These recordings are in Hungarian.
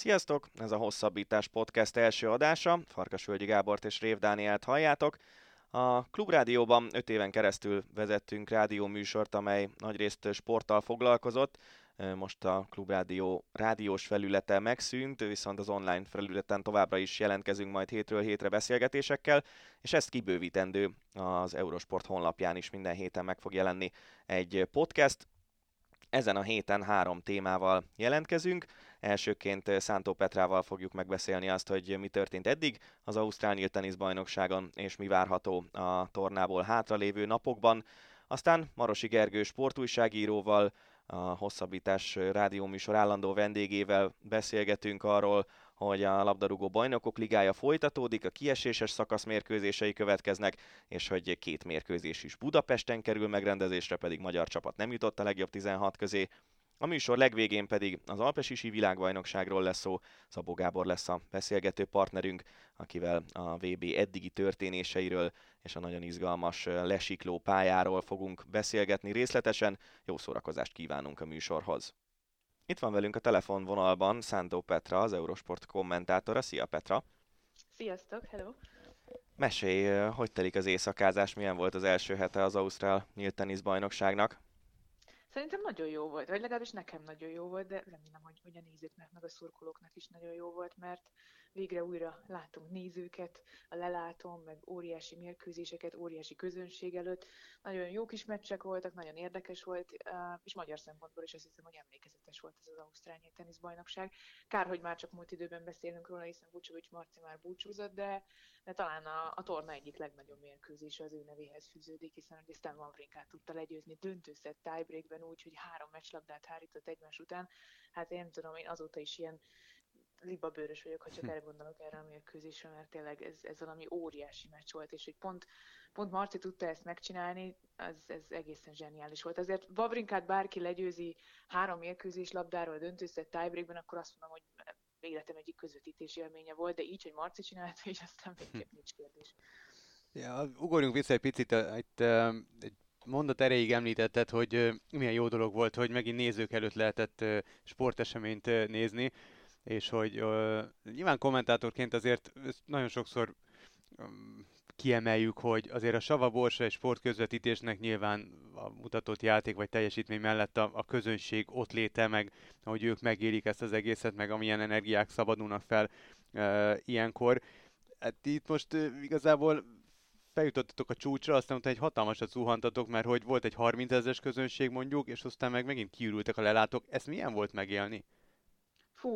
Sziasztok! Ez a Hosszabbítás Podcast első adása. Farkasvölgyi Gábort és Rév Dánielt halljátok. A Klubrádióban 5 éven keresztül vezettünk rádióműsort, amely nagyrészt sporttal foglalkozott. Most a Klubrádió rádiós felülete megszűnt, viszont az online felületen továbbra is jelentkezünk majd hétről hétre beszélgetésekkel, és ezt kibővítendő az Eurosport honlapján is minden héten meg fog jelenni egy podcast. Ezen a héten 3 témával jelentkezünk. Elsőként Szántó Petrával fogjuk megbeszélni azt, hogy mi történt eddig az Ausztrál Nyílt Teniszbajnokságon, és mi várható a tornából hátralévő napokban. Aztán Marosi Gergő sportújságíróval, a Hosszabbítás rádióműsor állandó vendégével beszélgetünk arról, hogy a labdarúgó bajnokok ligája folytatódik, a kieséses szakasz mérkőzései következnek, és hogy 2 mérkőzés is Budapesten kerül megrendezésre, pedig magyar csapat nem jutott a legjobb 16 közé. A műsor legvégén pedig az alpesisi világbajnokságról lesz szó. Szabó Gábor lesz a beszélgető partnerünk, akivel a VB eddigi történéseiről és a nagyon izgalmas lesikló pályáról fogunk beszélgetni részletesen. Jó szórakozást kívánunk a műsorhoz! Itt van velünk a telefonvonalban Szántó Petra, az Eurosport kommentátora. Szia Petra! Sziasztok, hello! Mesélj, hogy telik az éjszakázás, milyen volt az első hete az Ausztrál Nyílt Teniszbajnokságnak? Szerintem nagyon jó volt, vagy legalábbis nekem nagyon jó volt, de remélem, hogy a nézőknek, meg a szurkolóknak is nagyon jó volt, mert végre újra látunk nézőket, a lelátón, meg óriási mérkőzéseket, óriási közönség előtt. Nagyon jó kis meccsek voltak, nagyon érdekes volt, és magyar szempontból is azt hiszem, hogy emlékezetes volt ez az Ausztrál Nyílt Teniszbajnokság. Kár, hogy már csak múlt időben beszélünk róla, hiszen Vucsovics Marci már búcsúzott, de talán a torna egyik legnagyobb mérkőzése az ő nevéhez fűződik, hiszen ugye Stan Wawrinkát tudta legyőzni döntőszett tiebreakben úgy, hogy 3 meccslabdát hárított egymás után. Hát én nem tudom, én azóta is ilyen libabőrös vagyok, ha csak erre gondolok erre a mérkőzésre, mert tényleg ez valami óriási meccs volt, és hogy pont Marci tudta ezt megcsinálni, ez egészen zseniális volt. Azért Wawrinkát bárki legyőzi 3 mérkőzés labdáról döntőszett tiebreakben, akkor azt mondom, hogy életem egyik közvetítési élménye volt, de így, hogy Marci csinálta, és aztán végképp nincs kérdés. Ja, ugorjunk vissza egy picit, itt egy mondat erejéig említetted, hogy milyen jó dolog volt, hogy megint nézők előtt lehetett sporteseményt nézni, és hogy nyilván kommentátorként azért nagyon sokszor kiemeljük, hogy azért a savaborsa és sportközvetítésnek nyilván a mutatott játék vagy teljesítmény mellett a közönség ott léte, meg ahogy ők megélik ezt az egészet, meg amilyen energiák szabadulnak fel ilyenkor. Hát itt most igazából feljutottatok a csúcsra, aztán utána egy hatalmasat zuhantatok, mert hogy volt egy 30 000-es közönség mondjuk, és aztán meg megint kiürültek a lelátók. Ez milyen volt megélni? Fú,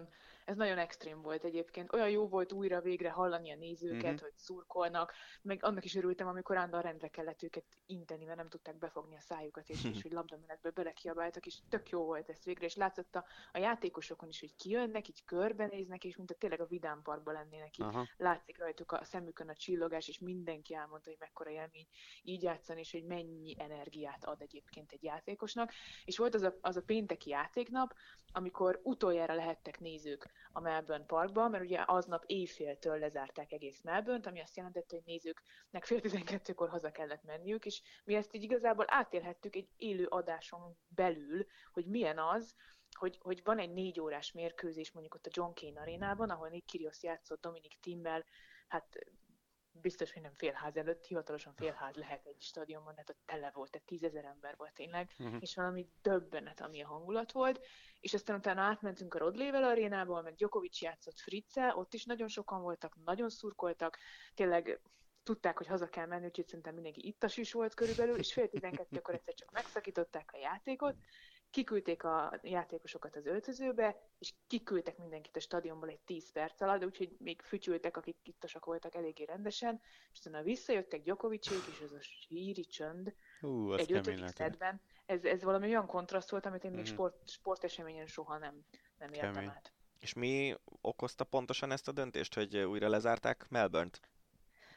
ez nagyon extrém volt egyébként. Olyan jó volt újra végre hallani a nézőket, hogy szurkolnak, meg annak is örültem, amikor állandóan rendre kellett őket inteni, mert nem tudták befogni a szájukat, és hogy labdamenetbe belekiabáltak, és tök jó volt ez végre, és látszott a játékosokon is, hogy kijönnek, így körbenéznek, és mint a tényleg a Vidám Parkban lennének, így látszik rajtuk a szemükön a csillogás, és mindenki elmondta, hogy mekkora élmény így játszani, és hogy mennyi energiát ad egyébként egy játékosnak. És volt az a pénteki játéknap, amikor utoljára lehettek nézők a Melbourne Parkban, mert ugye aznap éjféltől lezárták egész Melbourne-t, ami azt jelentette, hogy nézőknek 11:30-kor haza kellett menniük, és mi ezt így igazából átélhettük egy élő adáson belül, hogy milyen az, hogy van egy 4 órás mérkőzés mondjuk ott a John Cain arénában, ahol Nick Kyrgios játszott Dominic Thiemmel, hát biztos, hogy nem félház előtt, hivatalosan félház lehet egy stadionban, tehát ott tele volt, tehát 10 000 ember volt tényleg, és valami döbbenet, ami a hangulat volt, és aztán utána átmentünk a Rod Laver arénából, meg Djokovic játszott Fritze, ott is nagyon sokan voltak, nagyon szurkoltak, tényleg tudták, hogy haza kell menni, úgyhogy szerintem mindenki ittas is volt körülbelül, és 11:30-kor egyszer csak megszakították a játékot, kiküldték a játékosokat az öltözőbe, és kiküldtek mindenkit a stadionból egy 10 perc alatt, úgyhogy még fütyültek, akik ittasak voltak eléggé rendesen, és utána visszajöttek Djokovicék, és az a síri csönd egy 5. szedben. Ez valami olyan kontraszt volt, amit én még sporteseményen soha nem éltem át. És mi okozta pontosan ezt a döntést, hogy újra lezárták Melbourne-t?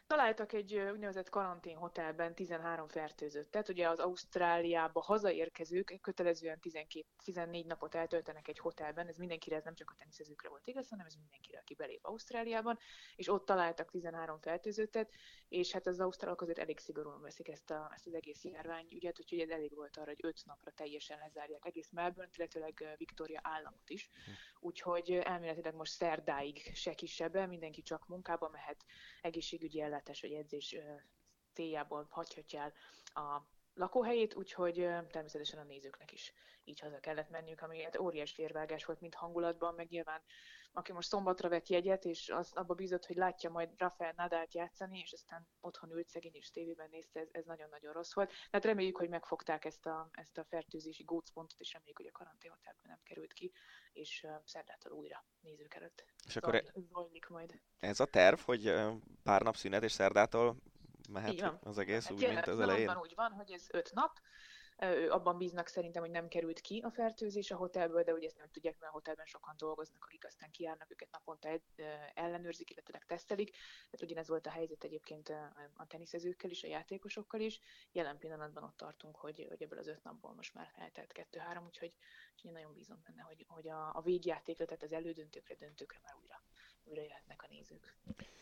Találtak egy úgynevezett karanténhotelben 13 fertőzöttet. Ugye az Ausztráliába hazaérkezők kötelezően 14 napot eltöltenek egy hotelben, ez mindenkire, ez nem csak a teniszezőkre volt igaz, hanem ez mindenkire, aki belép Ausztráliában, és ott találtak 13 fertőzöttet, és hát az ausztrálok azért elég szigorúan veszik ezt az egész járványügyet, úgyhogy ez elég volt arra, hogy 5 napra teljesen lezárják egész Melbourne, illetőleg Victoria államot is. Úgyhogy elméletileg most szerdáig se kisebben, mindenki csak munkába mehet, egészségügyi ellátás vagy edzés céljából hagyhatja el a lakóhelyét, úgyhogy természetesen a nézőknek is így haza kellett menniük, ami egy óriási érvágás volt, mint hangulatban, meg nyilván aki most szombatra vett jegyet, és az abba bízott, hogy látja majd Rafael Nadált játszani, és aztán otthon ült szegény, és tévében nézte, ez nagyon-nagyon rossz volt. Tehát reméljük, hogy megfogták ezt a fertőzési gócpontot, és reméljük, hogy a karanténhotelből nem került ki, és szerdától újra nézők előtt és akkor zajlik majd. Ez a terv, hogy pár nap szünet, és szerdától mehet az egész, úgy, mint az elején? Úgy van, hogy ez 5 nap. Abban bíznak szerintem, hogy nem került ki a fertőzés a hotelből, de ugye ezt nem tudják, mert a hotelben sokan dolgoznak, akik aztán kijárnak, őket naponta ellenőrzik, illetve tesztelik. Tehát ugyanez volt a helyzet egyébként a teniszezőkkel is, a játékosokkal is. Jelen pillanatban ott tartunk, hogy ebből az 5 napból most már eltelt 2-3, úgyhogy én nagyon bízom benne, hogy a végjátékra, tehát az elődöntőkre, döntőkre már újra jöhetnek a nézők.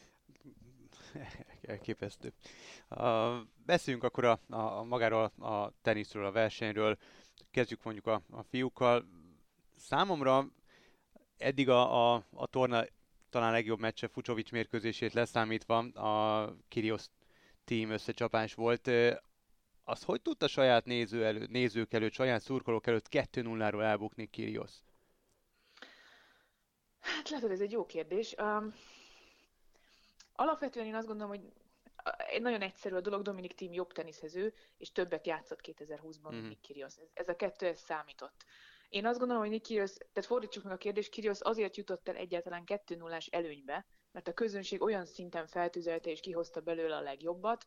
Elképesztő. Beszéljünk akkor magáról a teniszről, a versenyről. Kezdjük mondjuk a fiúkkal. Számomra eddig a torna talán legjobb meccse Fucsovics mérkőzését leszámítva a Kyrgios team összecsapás volt. Az hogy tudta saját nézők előtt, saját szurkolók előtt 2-0-ról elbukni Kyrgios? Hát látod, ez egy jó kérdés. Alapvetően én azt gondolom, hogy nagyon egyszerű a dolog, Dominic Thiem jobb teniszező, és többet játszott 2020-ban, mint Nick Kyrgios. Ez a kettő, ez számított. Én azt gondolom, hogy Nick Kyrgios, tehát fordítsuk meg a kérdést, Kyrgios azért jutott el egyáltalán 2-0-ás előnybe, mert a közönség olyan szinten feltüzelte és kihozta belőle a legjobbat,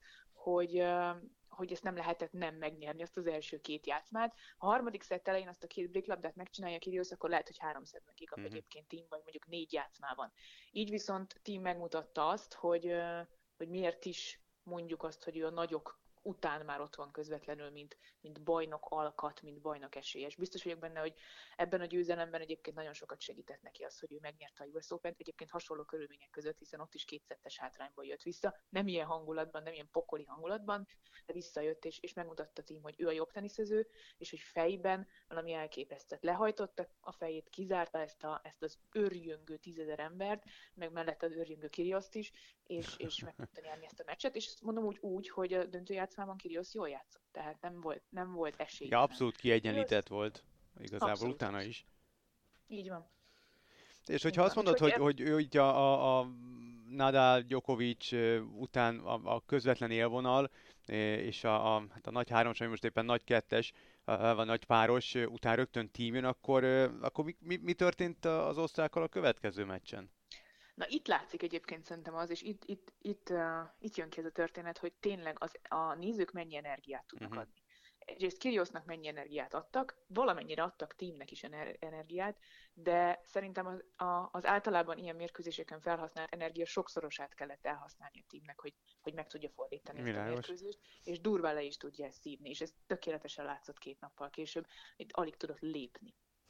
hogy ezt nem lehetett nem megnyerni, azt az első 2 játszmát. Ha a harmadik szett elején azt a 2 breaklabdát megcsinálja Kyrgios, akkor lehet, hogy 3 szettben kikap egyébként Thiem, vagy mondjuk 4 játszmában. Így viszont Thiem megmutatta azt, hogy miért is mondjuk azt, hogy ő a nagyok után már ott van közvetlenül, mint bajnok alkat, mint bajnok esélyes. Biztos vagyok benne, hogy ebben a győzelemben egyébként nagyon sokat segített neki az, hogy ő megnyerte a US Open-t, egyébként hasonló körülmények között, hiszen ott is 2 szettes hátrányból jött vissza, nem ilyen hangulatban, nem ilyen pokoli hangulatban, de visszajött, és megmutatta Thiem, hogy ő a jobb teniszező, és hogy fejben valami elképesztett. Lehajtotta a fejét, kizárta ezt az őrjöngő 10 000 embert, meg mellett az őrjöngő Kyrgioszt is, és meg tudta nyerni ezt a meccset, és ezt mondom úgy, hogy a döntőjátszmában Kyrgios jól játszott, tehát nem volt esély. Ja, abszolút kiegyenlített volt, igazából abszolút. Utána is. Így van. És hogyha azt mondod, hogy ő így a Nadal, Djokovic után a közvetlen élvonal, és hát a nagy hármas, ami most éppen nagy kettes, vagy nagy páros után rögtön Thiem jön, akkor mi történt az osztrákkal a következő meccsen? Na itt látszik egyébként szerintem az, és itt jön ki ez a történet, hogy tényleg a nézők mennyi energiát tudnak adni. Egyrészt Kyrgiosnak mennyi energiát adtak, valamennyire adtak Thiemnek is energiát, de szerintem az általában ilyen mérkőzéseken felhasznált energia sokszorosát kellett elhasználni a Thiemnek, hogy meg tudja fordítani ezt a mérkőzést, és durván le is tudja ezt szívni, és ez tökéletesen látszott 2 nappal később, itt alig tudott lépni.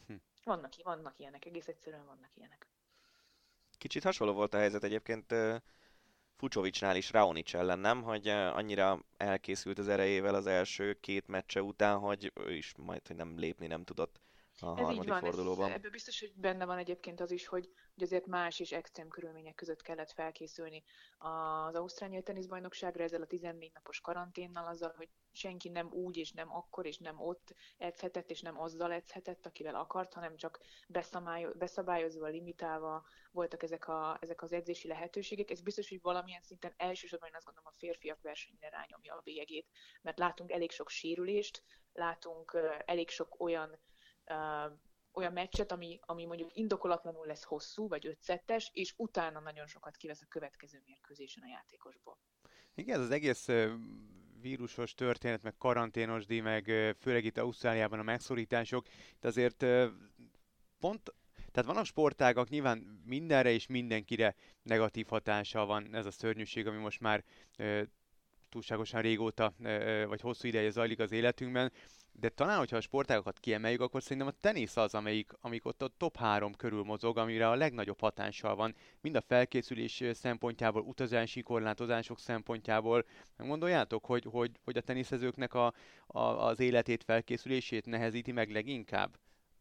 Vannak ilyenek, egész egyszerűen vannak ilyenek. Kicsit hasonló volt a helyzet egyébként Fucsovicsnál is Raonic ellen, nem? Hogy annyira elkészült az erejével az első 2 meccse után, hogy ő is majd, hogy nem lépni nem tudott a harmadik fordulóban. Ebből biztos, hogy benne van egyébként az is, hogy azért más és extrém körülmények között kellett felkészülni az ausztrál teniszbajnokságra ezzel a 14 napos karanténnal, azzal, hogy senki nem úgy és nem akkor és nem ott edzhetett és nem azzal edzhetett, akivel akart, hanem csak beszabályozva, limitálva voltak ezek az edzési lehetőségek. Ez biztos, hogy valamilyen szinten elsősorban én azt gondolom a férfiak versenyre rányomja a bélyegét, mert látunk elég sok sérülést, látunk elég sok olyan meccset, ami mondjuk indokolatlanul lesz hosszú, vagy 5 szettes, és utána nagyon sokat kivesz a következő mérkőzésen a játékosból. Igen, ez az egész vírusos történet, meg karanténos díj, meg főleg itt Ausztráliában a megszorítások, itt azért Tehát vannak sportágak, nyilván mindenre és mindenkire negatív hatása van ez a szörnyűség, ami most már túlságosan régóta, vagy hosszú ideje zajlik az életünkben, de talán, hogyha a sportágokat kiemeljük, akkor szerintem a tenisz az, amik ott a top 3 körül mozog, amire a legnagyobb hatással van, mind a felkészülés szempontjából, utazási korlátozások szempontjából. Gondoljátok, hogy a teniszezőknek az életét, felkészülését nehezíti meg leginkább?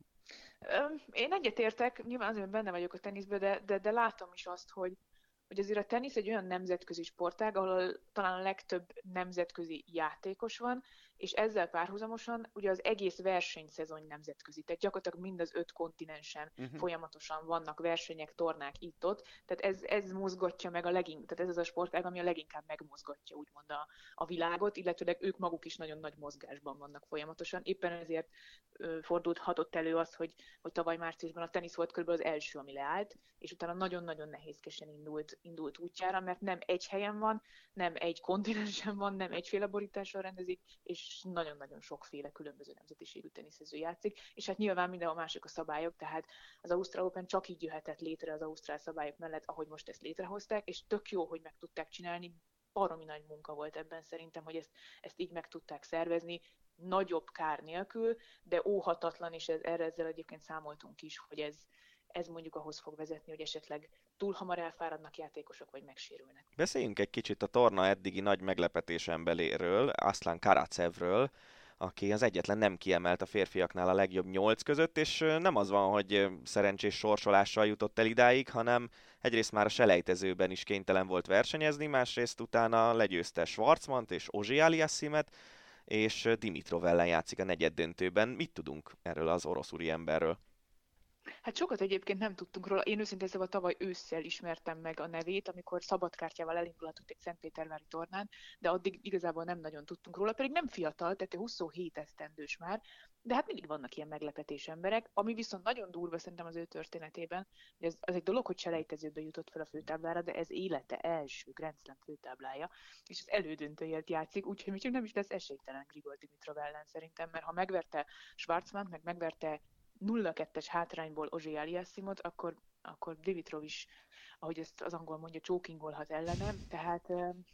Én egyetértek, nyilván azért benne vagyok a teniszben, de látom is azt, hogy azért a tenisz egy olyan nemzetközi sportág, ahol talán a legtöbb nemzetközi játékos van, és ezzel párhuzamosan ugye az egész versenyszezon nemzetközi. Tehát gyakorlatilag mind az 5 kontinensen folyamatosan vannak versenyek, tornák itt-ott. Tehát ez mozgatja meg tehát ez az a sportág, ami a leginkább megmozgatja úgymond a világot, illetőleg ők maguk is nagyon nagy mozgásban vannak folyamatosan. Éppen ezért fordulhatott elő az, hogy tavaly márciusban a tenisz volt körülbelül az első, ami leállt, és utána nagyon-nagyon nehézkesen indult útjára, mert nem egy helyen van, nem egy kontinensen van, nem egyféle borítással rendezik, és nagyon-nagyon sokféle különböző nemzetiségű teniszező játszik, és hát nyilván mindenhol mások a szabályok, tehát az Ausztrál Open csak így jöhetett létre az ausztrál szabályok mellett, ahogy most ezt létrehozták, és tök jó, hogy meg tudták csinálni, baromi nagy munka volt ebben szerintem, hogy ezt így meg tudták szervezni, nagyobb kár nélkül, de óhatatlan, és ezzel egyébként számoltunk is, hogy ez mondjuk ahhoz fog vezetni, hogy esetleg túl hamar elfáradnak játékosok, vagy megsérülnek. Beszéljünk egy kicsit a torna eddigi nagy meglepetés emberéről, Aslan Karatszevről, aki az egyetlen nem kiemelt a férfiaknál a legjobb 8 között, és nem az van, hogy szerencsés sorsolással jutott el idáig, hanem egyrészt már a selejtezőben is kénytelen volt versenyezni, másrészt utána legyőzte Schwarzmant és Ozsi Aliassimet, és Dimitrov ellen játszik a negyeddöntőben. Mit tudunk erről az orosz úriemberről? Hát sokat egyébként nem tudtunk róla. Én őszintén szóval tavaly ősszel ismertem meg a nevét, amikor szabadkártyával elindulhatott egy Szentpétervári tornán, de addig igazából nem nagyon tudtunk róla, pedig nem fiatal, tehát 27 esztendős már, de hát mindig vannak ilyen meglepetés emberek, ami viszont nagyon durva szerintem az ő történetében, hogy az egy dolog, hogy selejtezőbe jutott fel a főtáblára, de ez élete első Grand Slam főtáblája, és az elődöntőért játszik, úgyhogy még nem is lesz esélytelen Grigor Dimitrov ellen szerintem, mert ha megverte Schwarzmant, meg megverte 0-2-es hátrányból Ozsi Aliassimot, akkor Dimitrov is, ahogy ezt az angol mondja, chokingolhat ellenem, tehát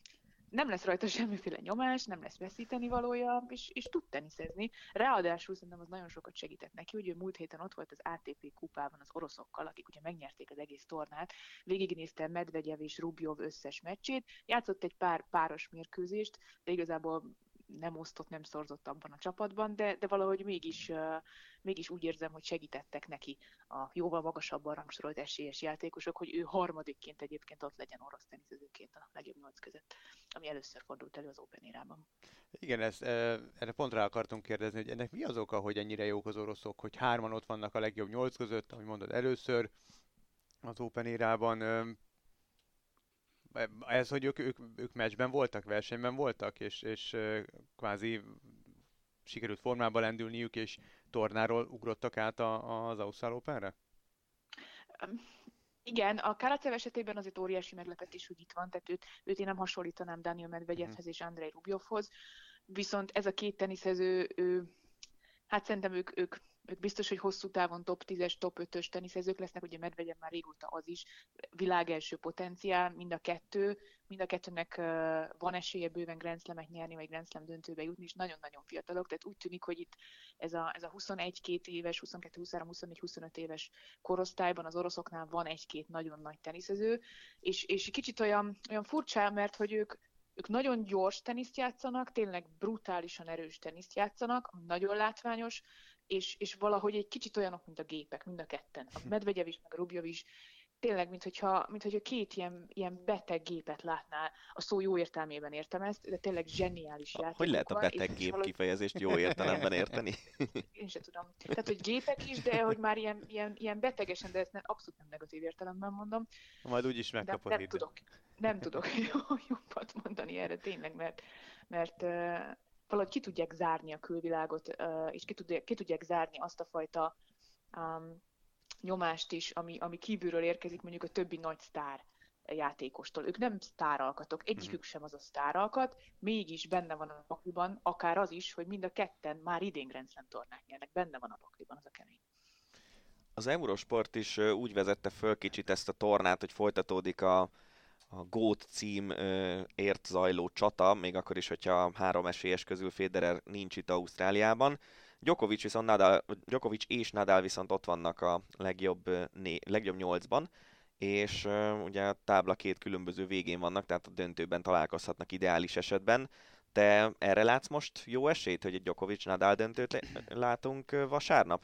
nem lesz rajta semmiféle nyomás, nem lesz veszíteni valója, és tud teniszezni. Ráadásul szerintem az nagyon sokat segített neki, hogy ő múlt héten ott volt az ATP kupában az oroszokkal, akik ugye megnyerték az egész tornát, végignézte Medvegyev és Rubjov összes meccsét, játszott egy pár páros mérkőzést, de igazából nem osztott, nem szorzott abban a csapatban, de valahogy mégis úgy érzem, hogy segítettek neki a jóval magasabban rangsorolt esélyes játékosok, hogy ő harmadikként egyébként ott legyen orosz teniszezőként a legjobb 8 között, ami először fordult elő az Open érában. Igen, erre pont rá akartunk kérdezni, hogy ennek mi az oka, hogy ennyire jók az oroszok, hogy 3 ott vannak a legjobb 8 között, ahogy mondod, először az Open érában. Ez, hogy ők meccsben voltak, versenyben voltak, és kvázi sikerült formába lendülniük, és tornáról ugrottak át az Ausztrál Openre? Igen, a Karatsev esetében azért óriási meglepetés, hogy itt van, tehát őt én nem hasonlítanám Daniil Medvegyevhez és Andrei Rubjovhoz, viszont ez a két teniszező, hát szerintem ők biztos, hogy hosszú távon top 10-es, top 5-ös teniszezők lesznek, ugye Medvegyev már régóta az is, világelső potenciál, mind a kettőnek van esélye bőven Grand Slamet nyerni, vagy Grand Slam döntőbe jutni, és nagyon-nagyon fiatalok, tehát úgy tűnik, hogy itt ez a 21-2 éves, 22, 23, 24, 25 éves korosztályban az oroszoknál van egy-két nagyon nagy teniszező, és kicsit olyan furcsa, mert hogy ők nagyon gyors teniszt játszanak, tényleg brutálisan erős teniszt játszanak, ami nagyon látványos, és valahogy egy kicsit olyanok, mint a gépek, mind a ketten. A Medvegyev is, meg a Rubjov is, tényleg, mintha két ilyen beteg gépet látnál. A szó jó értelmében értem ezt, de tényleg zseniális játékok. Hogy lehet a beteg gép kifejezést jó értelemben érteni? Én sem tudom. Tehát, hogy gépek is, de hogy már ilyen betegesen, de ezt abszolút nem negatív értelemben mondom. Majd úgyis megkapod. Nem tudok jobbat mondani erre tényleg, mert valahogy ki tudják zárni a külvilágot, és ki tudják zárni azt a fajta nyomást is, ami kívülről érkezik mondjuk a többi nagy sztár játékostól. Ők nem sztáralkatok, egyikük sem az a sztáralkat, mégis benne van a pakliban, akár az is, hogy mind a ketten már idén Grand Slam tornát nyernek, benne van a pakliban, az a kemény. Az Eurosport is úgy vezette föl kicsit ezt a tornát, hogy folytatódik a GOAT címért zajló csata, még akkor is, hogyha 3 esélyes közül Federer nincs itt Ausztráliában. Djokovic és Nadal viszont ott vannak a legjobb 8-ban, és ugye a tábla 2 különböző végén vannak, tehát a döntőben találkozhatnak ideális esetben. Te erre látsz most jó esélyt, hogy egy Djokovic-Nadal döntőt látunk vasárnap?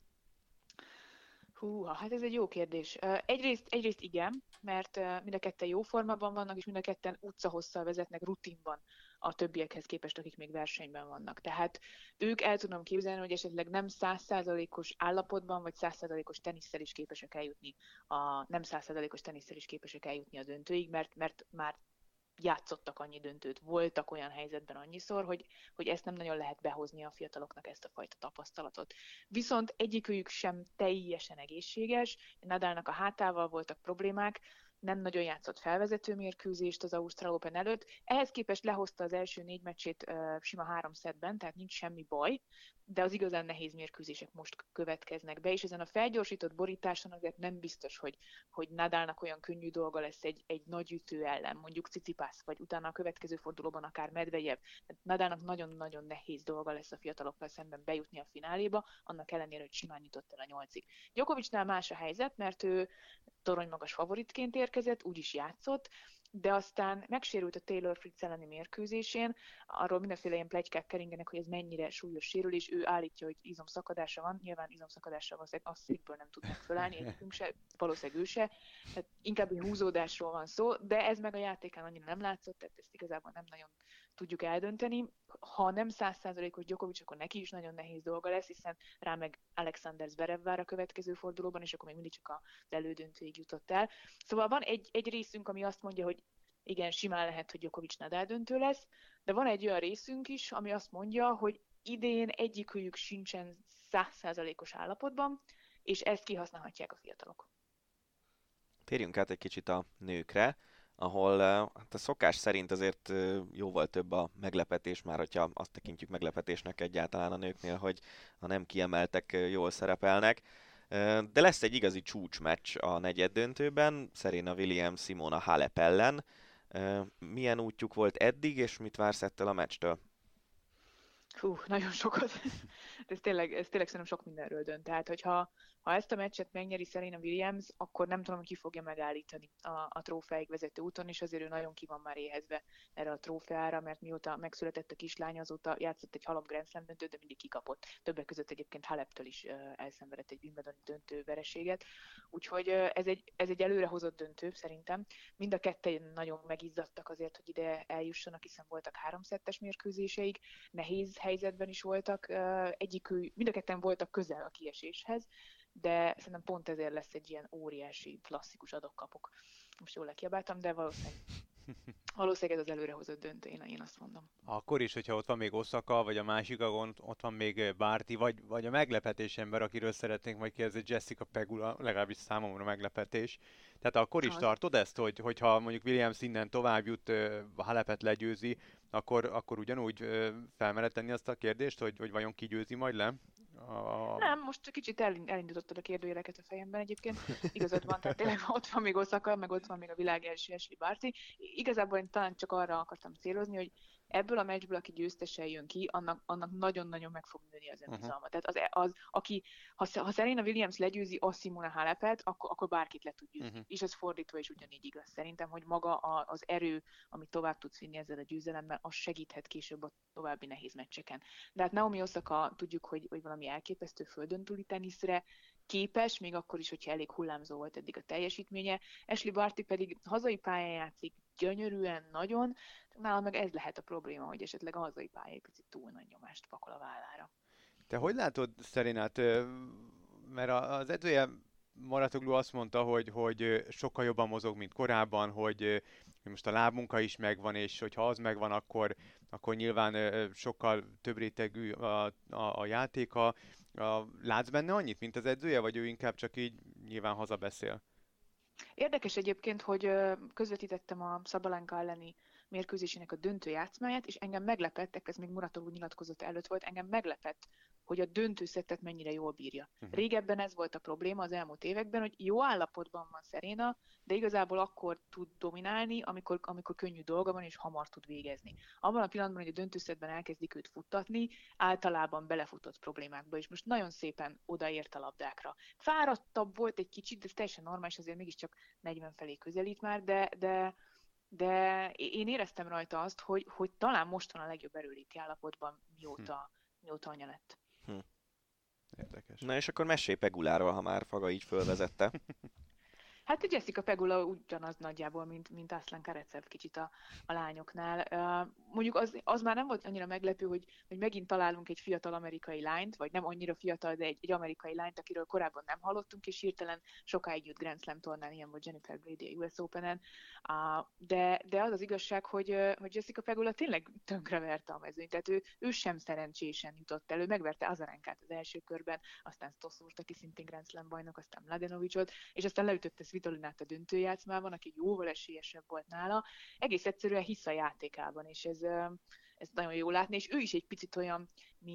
Húha, hát ez egy jó kérdés. Egyrészt igen, mert mind a ketten jó formában vannak, és mind a ketten utcahosszal vezetnek rutinban a többiekhez képest, akik még versenyben vannak. Tehát ők el tudom képzelni, hogy esetleg nem 100%-os állapotban, vagy 100%-os tenisszel is képesek eljutni nem 100%-os tenisszel is képesek eljutni a döntőig, mert már játszottak annyi döntőt, voltak olyan helyzetben annyiszor, hogy ezt nem nagyon lehet behozni a fiataloknak, ezt a fajta tapasztalatot. Viszont egyikőjük sem teljesen egészséges, Nadalnak a hátával voltak problémák, nem nagyon játszott felvezető mérkőzést az Ausztrál Open előtt. Ehhez képest lehozta az első 4 meccsét sima 3 szettben, tehát nincs semmi baj, de az igazán nehéz mérkőzések most következnek be, és ezen a felgyorsított borításon azért nem biztos, hogy Nadalnak olyan könnyű dolga lesz egy nagy ütő ellen, mondjuk Tsitsipas, vagy utána a következő fordulóban akár Medvedev. Nadalnak nagyon-nagyon nehéz dolga lesz a fiatalokkal szemben bejutni a fináléba, annak ellenére, hogy simán jutott el a 8-ig. Djokovicnál más a helyzet, mert ő toronymagas favoritként érkezett, úgy is játszott, de aztán megsérült a Taylor Fritz elleni mérkőzésén, arról mindenféle ilyen pletykák keringenek, hogy ez mennyire súlyos sérülés, ő állítja, hogy izomszakadása van, nyilván izomszakadásra valószínűleg azt székből nem tudnak fölállni, egyikünk se, valószínűleg ő se, tehát inkább egy húzódásról van szó, de ez meg a játékán annyira nem látszott, tehát ezt igazából nem nagyon tudjuk eldönteni. Ha nem 100%-os Djokovic, akkor neki is nagyon nehéz dolga lesz, hiszen rá meg Alexander Zverev vár a következő fordulóban, és akkor még mindig csak az elődöntőig jutott el. Szóval van egy részünk, ami azt mondja, hogy igen, simán lehet, hogy Djokovic-Nadal döntő lesz, de van egy olyan részünk is, ami azt mondja, hogy idén egyikőjük sincsen 100%-os állapotban, és ezt kihasználhatják a fiatalok. Térjünk át egy kicsit a nőkre, ahol hát a szokás szerint azért jóval több a meglepetés, már hogyha azt tekintjük meglepetésnek egyáltalán a nőknél, hogy a nem kiemeltek jól szerepelnek. De lesz egy igazi csúcsmeccs a negyeddöntőben, Serena Williams, Simona Halep ellen. Milyen útjuk volt eddig, és mit vársz ettől a meccstől? Nagyon sokat. Ez tényleg szerintem sok mindenről dönt. Tehát, hogyha ezt a meccset megnyeri Serena Williams, akkor nem tudom, ki fogja megállítani a trófeáig vezető úton, és azért ő nagyon ki van már éhezve erre a trófeára, mert mióta megszületett a kislány, azóta játszott egy halom Grand Slam döntőt, de mindig kikapott. Többek között egyébként Haleptől is elszenvedett egy Wimbledoni döntő vereséget. Úgyhogy ez egy előrehozott döntő szerintem. Mind a ketten nagyon megizzadtak azért, hogy ide eljussanak, hiszen voltak 3 szettes mérkőzéseig, nehéz helyzetben is voltak, mind a ketten voltak közel a kieséshez, de szerintem pont ezért lesz egy ilyen óriási, klasszikus adok-kapok. Most jól lekiabáltam, de valószínűleg ez az előrehozott döntő, én azt mondom. Akkor is, hogyha ott van még Osaka, vagy a másik agon, ott van még Barty, vagy a meglepetés ember, akiről szeretnénk majd kérdezni, Jessica Pegula, legalábbis számomra meglepetés. Tehát akkor is tartod ezt, hogyha mondjuk Williams innen tovább jut, Halepet legyőzi, akkor ugyanúgy felmered tenni azt a kérdést, hogy vajon ki győzi majd le? Nem, most kicsit elindítottad a kérdőjeleket a fejemben egyébként. Igazad van, tehát tényleg ott van még Osaka, meg ott van még a világ első Ashley Barty. Igazából én talán csak arra akartam célozni, hogy ebből a meccsből, aki győztesen jön ki, annak nagyon-nagyon meg fog nőni az önbizalma. Tehát aki, ha Serena Williams legyőzi a Simona Halepet, akkor bárkit le tud győzni. És ez fordítva is ugyanígy igaz. Szerintem, hogy maga az erő, amit tovább tudsz vinni ezzel a győzelemmel, az segíthet később a további nehéz meccseken. De hát Naomi Osaka tudjuk, hogy valami elképesztő földön túli teniszre képes, még akkor is, hogyha elég hullámzó volt eddig a teljesítménye. Ashley Barty pedig hazai pályán játszik, gyönyörűen, nagyon. Nálam meg ez lehet a probléma, hogy esetleg a hazai pálya egy picit túl nagy nyomást pakol a vállára. Te hogy látod Serenát? Mert az edzője Mouratoglou azt mondta, hogy sokkal jobban mozog, mint korábban, hogy most a lábmunka is megvan, és hogyha az megvan, akkor nyilván sokkal több rétegű a játéka. Látsz benne annyit, mint az edzője, vagy ő inkább csak így nyilván hazabeszél? Érdekes egyébként, hogy közvetítettem a Sabalenka elleni mérkőzésének a döntő játszmáját, és engem meglepett, ez még Mouratoglou nyilatkozata előtt volt, engem meglepett, hogy a döntőszettet mennyire jól bírja. Régebben ez volt a probléma az elmúlt években, hogy jó állapotban van Serena, de igazából akkor tud dominálni, amikor könnyű dolga van, és hamar tud végezni. Abban a pillanatban, hogy a döntőszettben elkezdik őt futtatni, általában belefutott problémákba, és most nagyon szépen odaért a labdákra. Fáradtabb volt egy kicsit, de ez teljesen normális, azért mégiscsak 40 felé közelít már, de én éreztem rajta azt, hogy talán most van a legjobb erőléti állapotban, mióta anya lett. Érdekes. Na és akkor mesélj Peguláról, ha már Faga így fölvezette. Hát a Jessica Pegula ugyanaz nagyjából, mint Aslan Karatsev kicsit a lányoknál. Mondjuk az már nem volt annyira meglepő, hogy megint találunk egy fiatal amerikai lányt, vagy nem annyira fiatal, de egy amerikai lányt, akiről korábban nem hallottunk, és hirtelen sokáig jut Grand Slam tornán, ilyen volt Jennifer Brady a US Open-en. De az az igazság, hogy Jessica Pegula tényleg tönkreverte a mezőnyt, tehát ő sem szerencsésen jutott elő, megverte Azarenkát az első körben, aztán Stosurt, aki szintén Grand Slam bajnok, aztán Mladenovicsot, és aztán leütötte Svitolinát a döntőjátszmában, aki jóval esélyesebb volt nála. Egész egyszerűen hisz a játékában, és ez nagyon jó látni, és ő is egy picit olyan,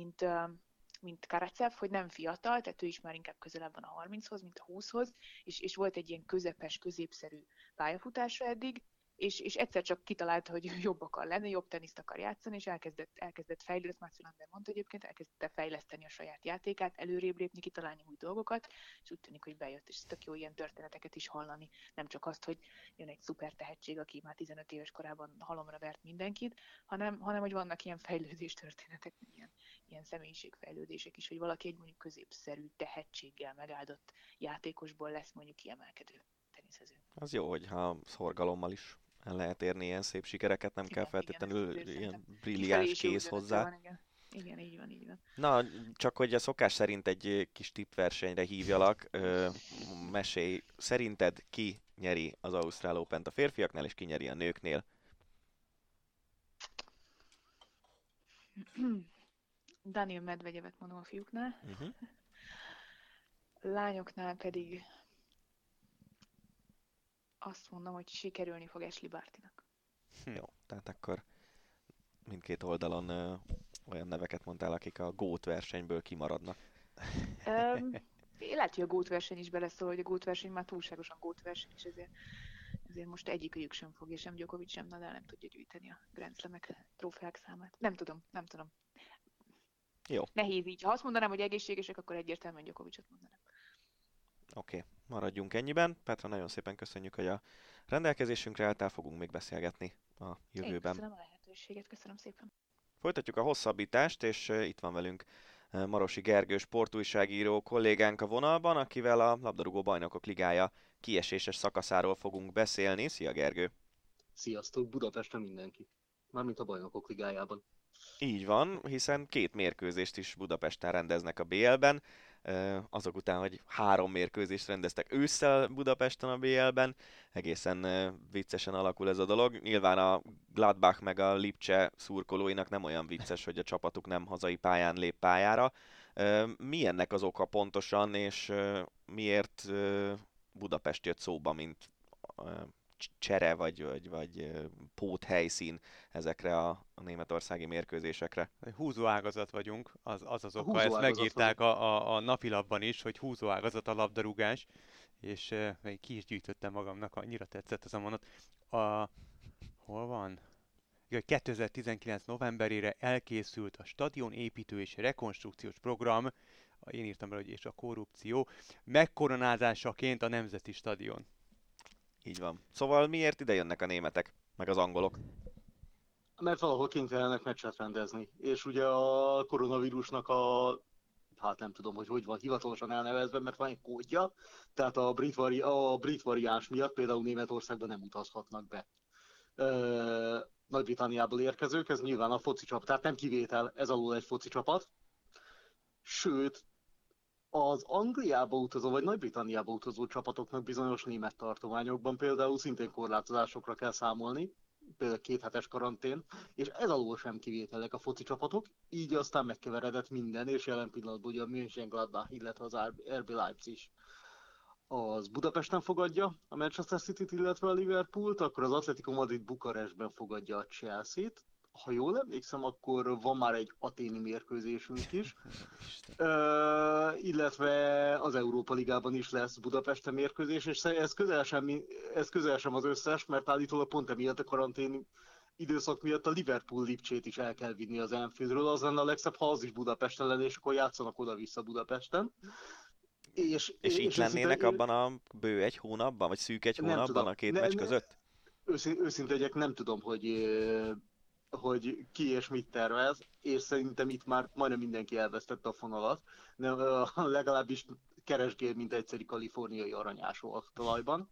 mint Karatsev, hogy nem fiatal, tehát ő is már inkább közelebb van a 30-hoz, mint a 20-hoz, és volt egy ilyen közepes, középszerű pályafutása eddig, és egyszer csak kitalálta, hogy jobb akar lenni, jobb teniszt akar játszani, és elkezdett fejlődni, ezt Márci Lander mondta egyébként, elkezdette fejleszteni a saját játékát, előrébb lépni, kitalálni új dolgokat, és úgy tűnik, hogy bejött, és tök jó ilyen történeteket is hallani, nem csak azt, hogy jön egy szuper tehetség, aki már 15 éves korában halomra vert mindenkit, hanem hogy vannak ilyen fejlődés történetek, ilyen személyiségfejlődések is, hogy valaki egy mondjuk középszerű tehetséggel megáldott játékosból lesz mondjuk kiemelkedő teniszező. Az jó, hogyha szorgalommal is el lehet érni ilyen szép sikereket, nem kell feltétlenül ilyen brilliáns kéz hozzá. Van, igen, így van. Na, csak hogy a szokás szerint egy kis tippversenyre hívjalak, mesélj, szerinted ki nyeri az Ausztrál Opent a férfiaknál, és ki nyeri a nőknél? Daniil Medvegyevet mondom a fiúknál. Lányoknál pedig azt mondom, hogy sikerülni fog Ashley Bartynak. Jó, tehát akkor mindkét oldalon olyan neveket mondtál, akik a GOAT versenyből kimaradnak. Lehet, hogy a GOAT verseny is beleszól, hogy a GOAT verseny már túlságosan GOAT verseny, és ezért most egyikőjük sem fogja, sem Djokovic, sem Nadal nem tudja gyűjteni a Grand Slamek trófeák számát. Nem tudom. Jó. Nehéz így. Ha azt mondanám, hogy egészségesek, akkor egyértelműen Djokovicot mondanám. Oké, maradjunk ennyiben. Petra, nagyon szépen köszönjük, hogy a rendelkezésünkre álltál, fogunk még beszélgetni a jövőben. Én köszönöm a lehetőséget, köszönöm szépen. Folytatjuk a hosszabbítást, és itt van velünk Marosi Gergő sportújságíró kollégánk a vonalban, akivel a Labdarúgó Bajnokok Ligája kieséses szakaszáról fogunk beszélni. Szia Gergő! Sziasztok, Budapesten mindenki. Mármint a Bajnokok Ligájában. Így van, hiszen 2 mérkőzést is Budapesten rendeznek a BL-ben, azok után, hogy 3 mérkőzést rendeztek ősszel Budapesten a BL-ben, egészen viccesen alakul ez a dolog. Nyilván a Gladbach meg a Lipcse szurkolóinak nem olyan vicces, hogy a csapatuk nem hazai pályán lép pályára. Mi ennek az oka pontosan, és miért Budapest jött szóba, mint csere vagy póthelyszín ezekre a németországi mérkőzésekre? Húzóágazat vagyunk, az oka. Ezt megírták a napilapban is, hogy húzóágazat a labdarúgás, és még ki is gyűjtöttem magamnak, annyira tetszett ez a mondat. Hol van? 2019 novemberére elkészült a stadionépítő és rekonstrukciós program, én írtam rá, hogy és a korrupció, megkoronázásaként a Nemzeti Stadion. Így van. Szóval miért ide jönnek a németek, meg az angolok? Mert valahol kénytelenek meccset rendezni. És ugye a koronavírusnak hát nem tudom, hogy van hivatalosan elnevezve, mert van egy kódja, tehát a brit variáns miatt például Németországban nem utazhatnak be. Nagy-Britanniából érkezők, ez nyilván a foci csapat, tehát nem kivétel, ez alól egy foci csapat. Sőt, az Angliába utazó, vagy Nagy-Britanniába utazó csapatoknak bizonyos német tartományokban például szintén korlátozásokra kell számolni, például 2 hetes karantén, és ez alól sem kivételek a foci csapatok, így aztán megkeveredett minden, és jelen pillanatban ugye a Mönchengladbach, illetve az RB Leipzig az Budapesten fogadja a Manchester City-t, illetve a Liverpoolt, akkor az Atletico Madrid Bukarestben fogadja a Chelsea-t, ha jól emlékszem, akkor van már egy aténi mérkőzésünk is, illetve az Európa Ligában is lesz Budapesten mérkőzés, és ez közel sem az összes, mert állítólag pont emiatt a karantén időszak miatt a Liverpool Lipcsét is el kell vinni az Anfieldről. Az lenne a legszebb, ha az is Budapesten lenne, és akkor játszanak oda-vissza Budapesten. És itt lennének abban a bő egy hónapban, vagy szűk egy hónapban a két meccs között? Őszinte legyek, nem tudom, hogy ki és mit tervez, és szerintem itt már majdnem mindenki elvesztette a fonalat, de legalábbis keresgél, mint egyszeri kaliforniai aranyásó a talajban.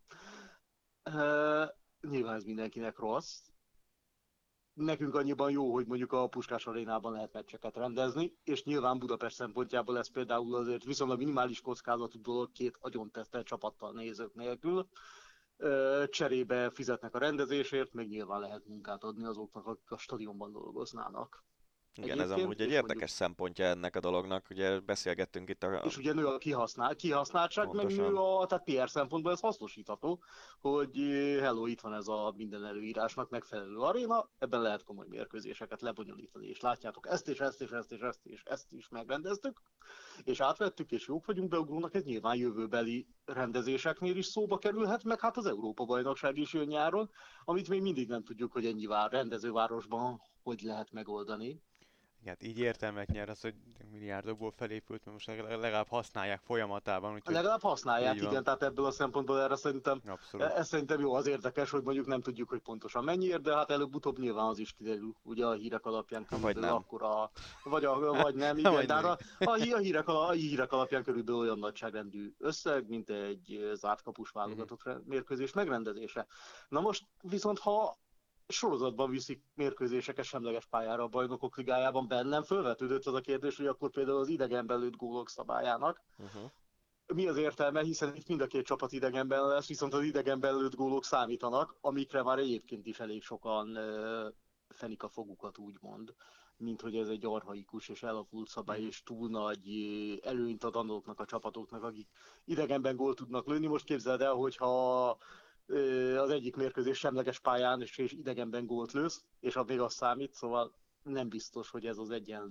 Nyilván ez mindenkinek rossz. Nekünk annyiban jó, hogy mondjuk a Puskás Arénában lehet meccseket rendezni, és nyilván Budapest szempontjából lesz például azért viszonylag minimális kockázatú dolog két agyontetszett csapattal nézők nélkül. Cserébe fizetnek a rendezésért, meg nyilván lehet munkát adni azoknak, akik a stadionban dolgoznának. Igen, ez amúgy egy érdekes szempontja ennek a dolognak, ugye beszélgettünk itt a... És ugye nő a kihasználtság, pontosan. Meg nő tehát PR szempontból ez hasznosítható, hogy hello, itt van ez a minden előírásnak megfelelő aréna, ebben lehet komoly mérkőzéseket lebonyolítani, és látjátok, ezt is megrendeztük, és átvettük, és jók vagyunk, beugrónak, ez nyilván jövőbeli rendezéseknél is szóba kerülhet, meg hát az Európa-bajnokság is jön nyáron, amit még mindig nem tudjuk, hogy ennyi rendezővárosban hogy lehet megoldani. Hát így értelmet nyer az, hogy milliárdokból felépült, mert most legalább használják folyamatában. Úgyhogy legalább használják, igen, tehát ebből a szempontból erre szerintem jó, az érdekes, hogy mondjuk nem tudjuk, hogy pontosan mennyiért, de hát előbb-utóbb nyilván az is kiderül, ugye a hírek alapján körülbelül akkora, vagy nem, igen, de a hírek alapján körülbelül olyan nagyságrendű összeg, mint egy zárt kapus válogatott mérkőzés megrendezése. Na most viszont ha sorozatban viszik mérkőzéseket semleges pályára a Bajnokok Ligájában, bennem fölvetődött az a kérdés, hogy akkor például az idegenben lőtt gólok szabályának mi az értelme, hiszen itt mind a két csapat idegenben lesz, viszont az idegenben lőtt gólok számítanak, amikre már egyébként is elég sokan fenik a fogukat, úgymond, mint hogy ez egy archaikus és elavult szabály, és túl nagy előnyt ad azoknak a csapatoknak, akik idegenben gólt tudnak lőni. Most képzeld el, hogyha az egyik mérkőzés semleges pályán és idegenben gólt lősz, és még az számít, szóval nem biztos, hogy ez az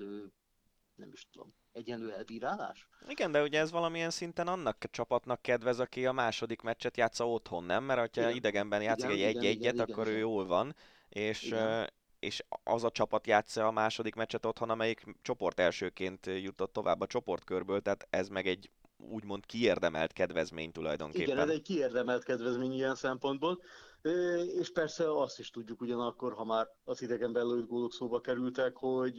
egyenlő elbírálás. Igen, de ugye ez valamilyen szinten annak a csapatnak kedvez, aki a második meccset játsza otthon, nem? Mert ha idegenben játszik egy 1-1-et, akkor ő jól van, és az a csapat játsza a második meccset otthon, amelyik csoport elsőként jutott tovább a csoportkörből, tehát ez meg egy úgymond kiérdemelt kedvezmény tulajdonképpen. Igen, ez egy kiérdemelt kedvezmény ilyen szempontból, és persze azt is tudjuk ugyanakkor, ha már az idegenben lőtt gólok szóba kerültek, hogy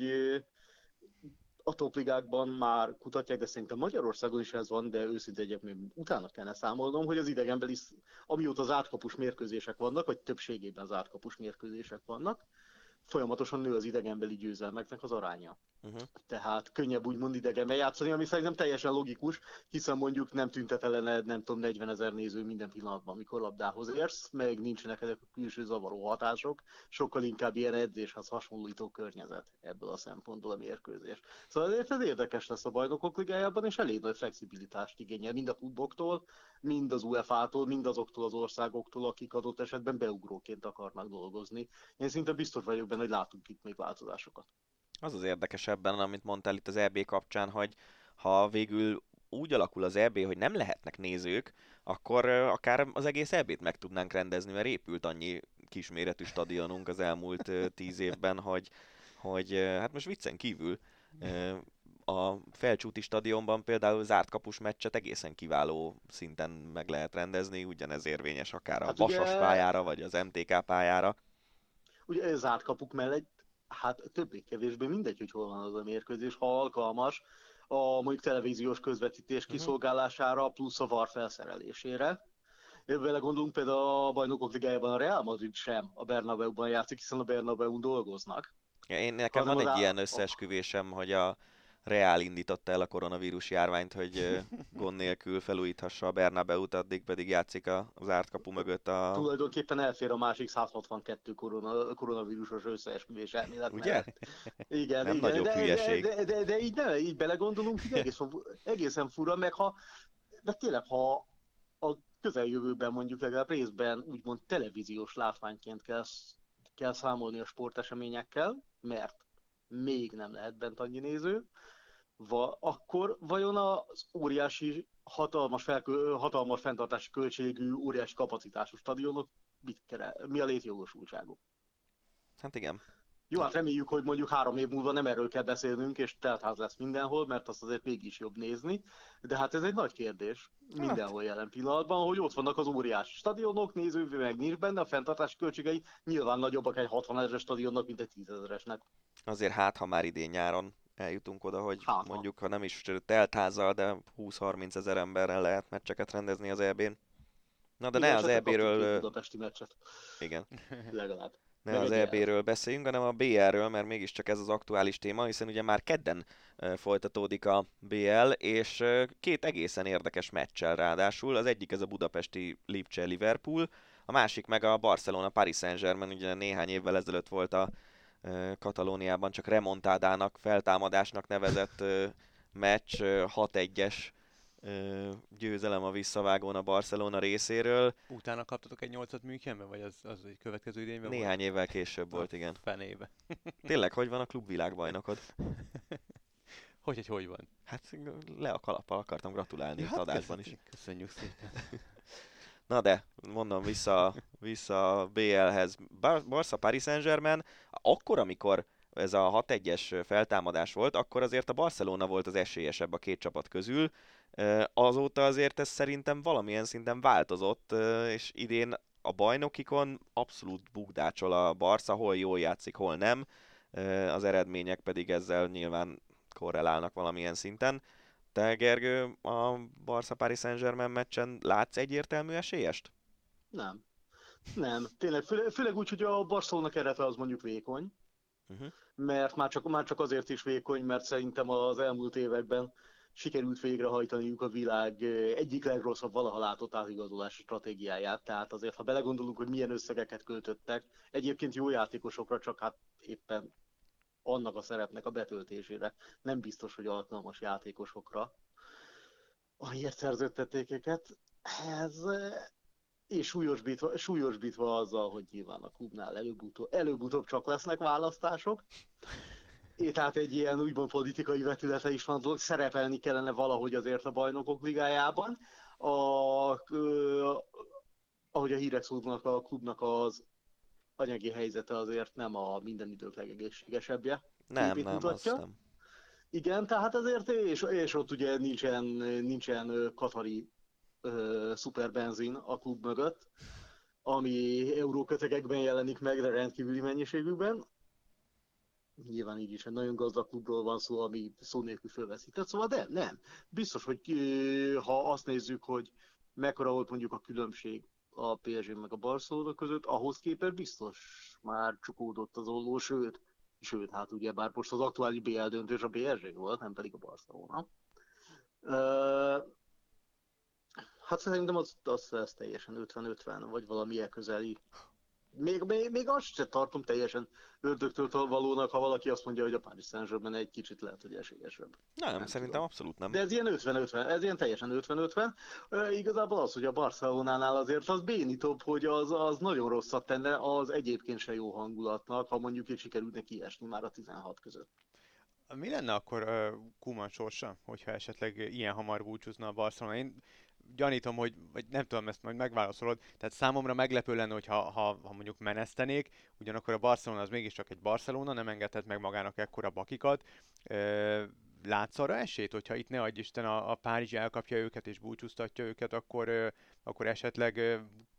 a topligákban már kutatják, de szerintem Magyarországon is ez van, de őszintén egyébként utána kellene számolnom, hogy az idegenbeli, amióta az átkapus mérkőzések vannak, vagy többségében az átkapus mérkőzések vannak, folyamatosan nő az idegenbeli győzelmeknek az aránya. Tehát könnyebb úgymond idegenben játszani, ami szerintem teljesen logikus, hiszen mondjuk nem tüntet ellened, nem tudom, 40 000 néző minden pillanatban, amikor labdához érsz, meg nincsenek ezek a külső zavaró hatások, sokkal inkább ilyen edzéshez hasonlító környezet ebből a szempontból a mérkőzés. Szóval ezért ez érdekes lesz a Bajnokok Ligájában, és elég nagy flexibilitást igényel mind a kluboktól, mind az UEFA-tól, mind azoktól az országoktól, akik adott esetben beugróként akarnak dolgozni. Én szinte biztos vagyok benne, hogy látunk itt még változásokat. Az az érdekesebben, amit mondtál itt az EB kapcsán, hogy ha végül úgy alakul az EB, hogy nem lehetnek nézők, akkor akár az egész EB-t meg tudnánk rendezni, mert épült annyi kisméretű stadionunk az elmúlt 10 évben, hogy hát most viccen kívül a Felcsúti stadionban például zárt kapus meccset egészen kiváló szinten meg lehet rendezni, ugyanez érvényes akár a Vasas pályára, vagy az MTK pályára. Ugye zárt kapuk mellett, hát többé-kevésbé mindegy, hogy hol van az a mérkőzés, ha alkalmas a mondjuk televíziós közvetítés kiszolgálására, plusz a VAR felszerelésére. Vele gondolunk például a Bajnokok Ligájában a Real Madrid sem a Bernabéuban játszik, hiszen a Bernabéun dolgoznak. Ja, nekem van egy ilyen összeesküvésem, hogy a Real indította el a koronavírus járványt, hogy gond nélkül felújíthassa a Bernabéut, addig pedig játszik az zárt kapu mögött a... Tulajdonképpen elfér a másik 162 koronavírusos összeesküvés elmélet. Ugye? Igen, nem igen, nagyobb hülyeség. De így belegondolunk, így egészen fura, de tényleg, ha a közeljövőben mondjuk legalább részben úgymond televíziós látványként kell számolni a sporteseményekkel, mert még nem lehet bent annyi néző, akkor vajon az óriási, hatalmas fenntartási költségű, óriási kapacitású stadionok mi a létjogosultságuk? Hát igen. Jó, hát reméljük, hogy mondjuk 3 év múlva nem erről kell beszélnünk, és teltház lesz mindenhol, mert azt azért mégis jobb nézni. De hát ez egy nagy kérdés mindenhol jelen pillanatban, hogy ott vannak az óriási stadionok, nézővé meg nincs benne, a fenntartási költségei nyilván nagyobbak egy 60 000-es stadionnak, mint egy 10 000-esnek. Azért ha már idén nyáron eljutunk oda, hogy mondjuk, ha nem is teltházzal, de 20-30 ezer emberrel lehet meccseket rendezni az EB-n. Na de ne az EB-ről... Budapesti meccset. Igen. Legalább. Ne az EB-ről beszéljünk, hanem a BL-ről, mert mégiscsak ez az aktuális téma, hiszen ugye már kedden folytatódik a BL, és 2 egészen érdekes meccsel ráadásul. Az egyik ez a budapesti Lipcse-Liverpool, a másik meg a Barcelona-Paris Saint-Germain, ugye néhány évvel ezelőtt volt a Katalóniában csak remontádának, feltámadásnak nevezett meccs, 6-1-es győzelem a visszavágón a Barcelona részéről. Utána kaptatok egy 8-at Münchenben, vagy az egy következő idényben Néhány volt? évvel később volt, igen. Fenébe. Tényleg, hogy van a klubvilágbajnokod? Hogy van? Hát le a kalappal akartam gratulálni itt adásban is. Köszönjük szépen. Na de, mondom, vissza a BL-hez. Barca Paris Saint-Germain, akkor, amikor ez a 6-1-es feltámadás volt, akkor azért a Barcelona volt az esélyesebb a 2 csapat közül. Azóta azért ez szerintem valamilyen szinten változott, és idén a bajnokikon abszolút bukdácsol a Barca, hol jól játszik, hol nem. Az eredmények pedig ezzel nyilván korrelálnak valamilyen szinten. Te, Gergő, a Barca-Paris Saint-Germain meccsen látsz egyértelmű esélyest? Nem. Nem. Tényleg, főleg úgy, hogy a Barcelona kerete az mondjuk vékony, mert már csak azért is vékony, mert szerintem az elmúlt években sikerült végrehajtaniuk a világ egyik legrosszabb valaha látott átigazolási stratégiáját. Tehát azért, ha belegondolunk, hogy milyen összegeket költöttek, egyébként jó játékosokra, csak hát éppen annak a szerepnek a betöltésére nem biztos, hogy alkalmas játékosokra, amiért szerződtették őket. Ez és súlyosbítva azzal, hogy nyilván a klubnál előbb-utóbb csak lesznek választások. Tehát egy ilyen úgymond politikai vetülete is van, szerepelni kellene valahogy azért a Bajnokok Ligájában. Ahogy a hírek szólnak, a klubnak az anyagi helyzete azért nem a minden idők legegészségesebbje. Nem, azt nem. Igen, tehát azért, és ott ugye nincsen katari szuperbenzin a klub mögött, ami eurókötegekben jelenik meg, de rendkívüli mennyiségükben. Nyilván így is egy nagyon gazdag klubról van szó, ami szó nélkül fölveszített, szóval de nem. Biztos, hogy ha azt nézzük, hogy mekkora volt mondjuk a különbség a PSG meg a Barcelona között, ahhoz képest biztos már csukódott az olló, sőt, hát ugye bár most az aktuális BL döntős a PSG volt, nem pedig a Barcelona. Hát szerintem az lesz teljesen 50-50, vagy valami közeli. Még azt sem tartom teljesen ördögtől valónak, ha valaki azt mondja, hogy a Paris Saint-Germain egy kicsit lehet, hogy esélyesebb. Nem, szerintem abszolút nem. De ez ilyen 50-50, ez ilyen teljesen 50-50. Igazából az, hogy a Barcelonánál azért az bénítóbb, hogy az nagyon rosszat tenne az egyébként se jó hangulatnak, ha mondjuk így sikerülne kiesni már a 16 között. Mi lenne akkor Koeman sorsa, hogyha esetleg ilyen hamar búcsúzna a Barcelona? Én gyanítom, hogy, vagy nem tudom, ezt majd megválaszolod, tehát számomra meglepő lenne, hogy ha mondjuk menesztenék, ugyanakkor a Barcelona az mégiscsak egy Barcelona, nem engedhet meg magának ekkora bakikat. Látsz arra esélyt, hogyha itt ne adj Isten a Párizs elkapja őket és búcsúztatja őket, akkor esetleg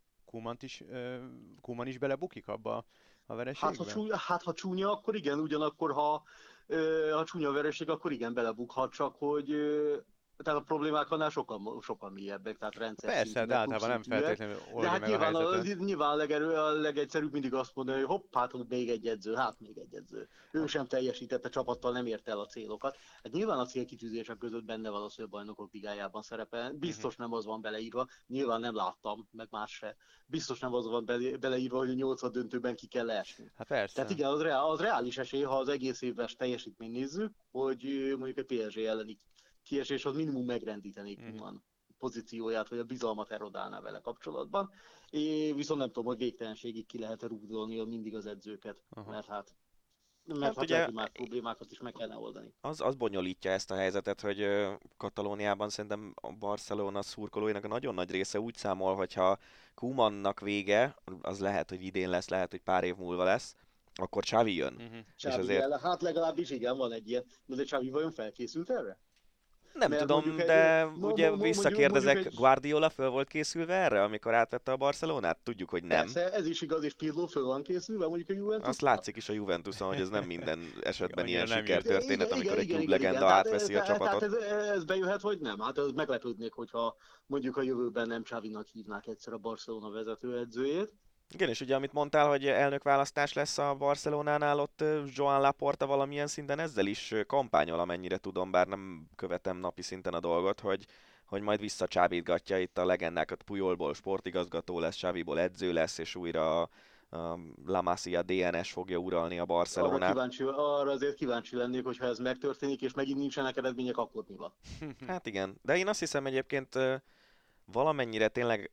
Koeman is belebukik abba a vereségbe? Ha csúnya, akkor igen, ugyanakkor ha csúnya a vereség, akkor igen, belebukhat, csak hogy tehát a problémák annál sokkal mélyebbek, tehát rendszer. Persze, de általában nem feltétlenül oldja meg a helyzetet. Nyilván a legegyszerűbb mindig azt mondani, hogy hopp, hát még egy edző. Ő sem teljesített, a csapattal nem ért el a célokat. Hát nyilván a célkitűzések között benne van az, hogy a Bajnokok Ligájában szerepel. Biztos nem az van beleírva, nyilván nem láttam, meg más se. Biztos nem az van beleírva, hogy a 8. döntőben ki kell leesni. Hát persze. Tehát igen, az reális esély, ha az egész éves teljesítményt nézzük, hogy mondjuk egy PSG elleni kiesés az minimum megrendítenék Koeman pozícióját, vagy a bizalmat erodálná vele kapcsolatban. Viszont nem tudom, hogy végtelenségig ki lehet rúgdolni mindig az edzőket, mert hát ugye lehet, hogy más problémákat is meg kellene oldani. az bonyolítja ezt a helyzetet, hogy Katalóniában szerintem a Barcelona szurkolóinak a nagyon nagy része úgy számol, hogyha Koemannak vége, az lehet, hogy idén lesz, lehet, hogy pár év múlva lesz, akkor Xavi jön. És azért... Hát legalábbis igen, van egy ilyen. De Xavi vajon felkészült erre? Nem Mert tudom, mondjuk de ugye mondjuk visszakérdezek, egy... Guardiola föl volt készülve erre, amikor átvette a Barcelonát? Tudjuk, hogy nem. Persze, ez is igaz, és Pirlo föl van készülve, mondjuk a Juventus. Azt látszik is a Juventuson, hogy ez nem minden esetben ilyen nem sikertörténet, amikor egy klublegenda Tehát átveszi a csapatot. Ez bejöhet, vagy nem? Hát ez meglepődnék, hogyha mondjuk a jövőben nem Xavinak hívnák egyszer a Barcelona vezetőedzőjét. Igen, és ugye amit mondtál, hogy elnökválasztás lesz a Barcelonánál, ott Joan Laporta valamilyen szinten ezzel is kampányol, amennyire tudom, bár nem követem napi szinten a dolgot, hogy majd visszacsábítgatja itt a legendákat, Puyolból sportigazgató lesz, Xaviból edző lesz, és újra a La Masia DNS fogja uralni a Barcelonát. Arra azért kíváncsi lennék, hogyha ez megtörténik, és megint nincsenek eredmények, akkor mi van? Hát igen, de én azt hiszem egyébként valamennyire tényleg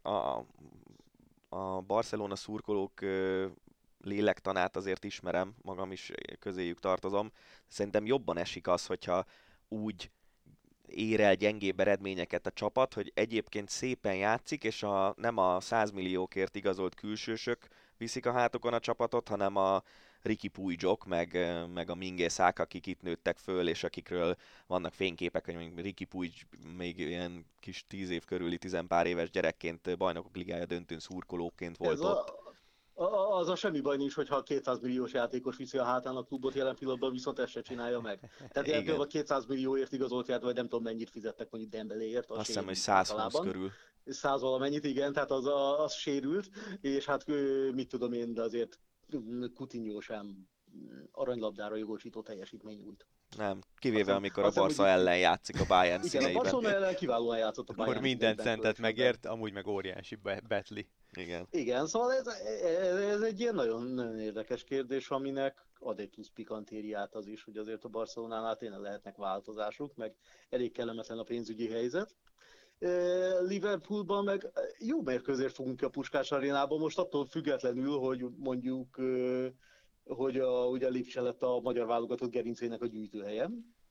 a Barcelona szurkolók lélektanát azért ismerem, magam is közéjük tartozom. Szerintem jobban esik az, hogyha úgy ér el gyengébb eredményeket a csapat, hogy egyébként szépen játszik, és nem a 100 milliókért igazolt külsősök viszik a hátokon a csapatot, hanem a Riqui Puigok, meg a Minguezák, akik itt nőttek föl, és akikről vannak fényképek, hogy Riqui Puig még ilyen kis 10 év körüli, 10 pár éves gyerekként Bajnokok Ligája döntőn szurkolóként volt ott. Az a semmi baj nincs, hogyha 200 milliós játékos viszi a hátán a klubot, jelen pillanatban viszont ezt se csinálja meg. Tehát ilyen a 200 millióért igazolt járt, vagy nem tudom mennyit fizettek mondjuk Dembéléért. Azt hiszem, hogy 120 körül. 100 valamennyit, igen, tehát az sérült, és hát mit tudom én, de azért Coutinho sem aranylabdára jogosító teljesítmény nyújt. Nem, kivéve amikor a Barca ellen játszik a Bayern színeiben. Igen, a Barcelona ellen kiválóan játszott a Bayern. Akkor minden centet megért, amúgy meg óriási betli. Igen, szóval ez egy ilyen nagyon, nagyon érdekes kérdés, aminek ad egy plusz pikantériát az is, hogy azért a Barcelonánál tényleg lehetnek változások, meg elég kellemetlen a pénzügyi helyzet. Liverpoolban meg jó mérkőzést fogunk ki a Puskás arénában, most attól függetlenül, hogy mondjuk ugye Lipcse lett a magyar válogatott gerincének a gyűjtőhelye.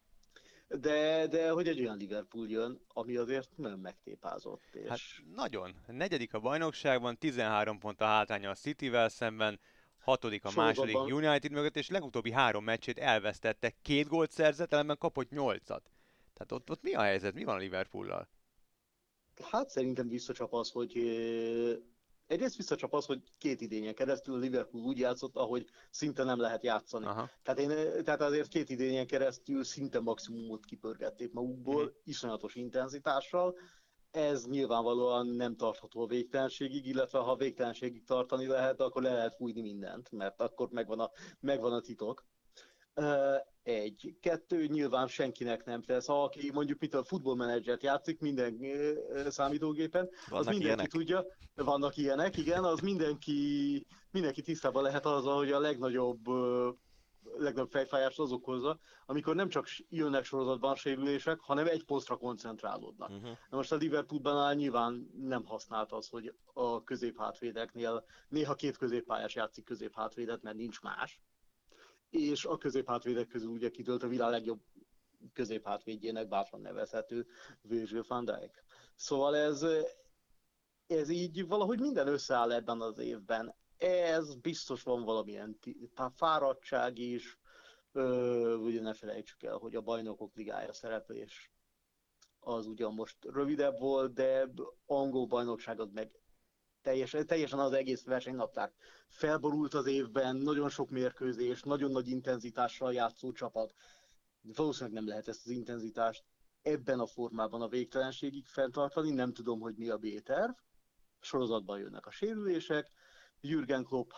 De hogy egy olyan Liverpool jön, ami azért nagyon megtépázott. És... Hát nagyon. Negyedik a bajnokságban, 13 pont a hátránya a Cityvel szemben, hatodik a második United mögött, és legutóbbi 3 meccsét elvesztette, 2 gólt szerzett, ellenben kapott 8-at. Tehát ott mi a helyzet? Mi van a Liverpoollal? Hát szerintem visszacsap az, hogy egyrészt visszacsap az, hogy 2 idényen keresztül a Liverpool úgy játszott, ahogy szinte nem lehet játszani. Tehát azért 2 idényen keresztül szinte maximumot kipörgették magukból, iszonyatos intenzitással. Ez nyilvánvalóan nem tartható a végtelenségig, illetve ha a végtelenségig tartani lehet, akkor le lehet fújni mindent, mert akkor megvan a titok. 1. 2. Nyilván senkinek nem tesz. Aki mondjuk a futballmenedzsert játszik minden számítógépen, vannak az mindenki ilyenek? tudja, vannak ilyenek, igen, az mindenki tisztában lehet azzal, hogy a legnagyobb fejfájást azok hozza, amikor nem csak jönnek sorozatban sérülések, hanem egy posztra koncentrálódnak. Na most a Liverpoolban nyilván nem használt az, hogy a középhátvédeknél néha 2 középpályás játszik középhátvédet, mert nincs más. És a középhátvédek közül ugye kitört a világ legjobb középhátvédjének bátran nevezhető Virgil van Dijk. Szóval ez így valahogy minden összeáll ebben az évben. Ez biztos van valamilyen fáradtság is, ugye ne felejtsük el, hogy a Bajnokok Ligája szereplés az ugyan most rövidebb volt, de angol bajnokság az meg teljesen az egész versenynaptár felborult az évben, nagyon sok mérkőzés, nagyon nagy intenzitással játszó csapat. Valószínűleg nem lehet ezt az intenzitást ebben a formában a végtelenségig fenntartani, nem tudom, hogy mi a B-terv. Sorozatban jönnek a sérülések. Jürgen Klopp,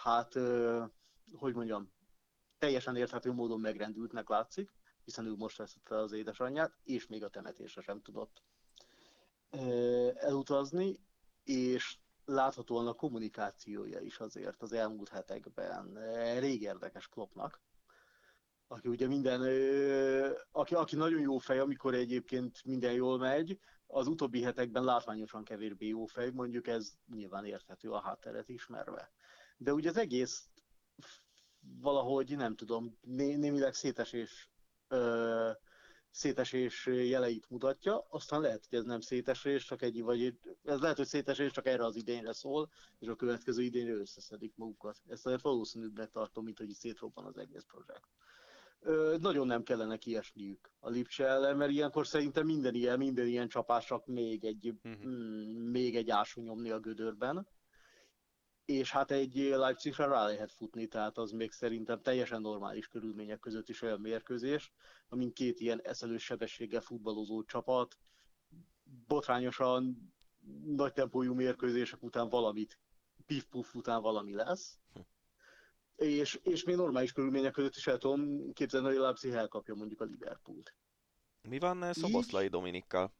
teljesen érthető módon megrendültnek látszik, hiszen ő most vesztette az édesanyját, és még a temetésre sem tudott elutazni, és láthatóan a kommunikációja is azért az elmúlt hetekben rég érdekes Kloppnak, aki ugye aki nagyon jó fej, amikor egyébként minden jól megy, az utóbbi hetekben látványosan kevésbé jó fej, mondjuk ez nyilván érthető a hátteret ismerve. De ugye az egész valahogy, nem tudom, némileg szétesés jeleit mutatja, aztán lehet, hogy ez nem szétesés, ez lehet, hogy szétesés csak erre az idényre szól, és a következő idényre összeszedik magukat. Ezt azért valószínűbbnek tartom, mint hogy szétrobban az egész projekt. Nagyon nem kellene kiesniük a Lipcse ellen, mert ilyenkor szerintem minden ilyen csapásnak még egy ásó nyomni a gödörben. És hát egy Leipzigre rá lehet futni, tehát az még szerintem teljesen normális körülmények között is olyan mérkőzés, amint két ilyen eszelős sebességgel futballozó csapat botrányosan nagy tempójú mérkőzések után pif-puf után valami lesz. És még normális körülmények között is el tudom képzelni, hogy a Leipzig elkapja mondjuk a Liverpoolt. Mi van Szoboszlai Dominikkal?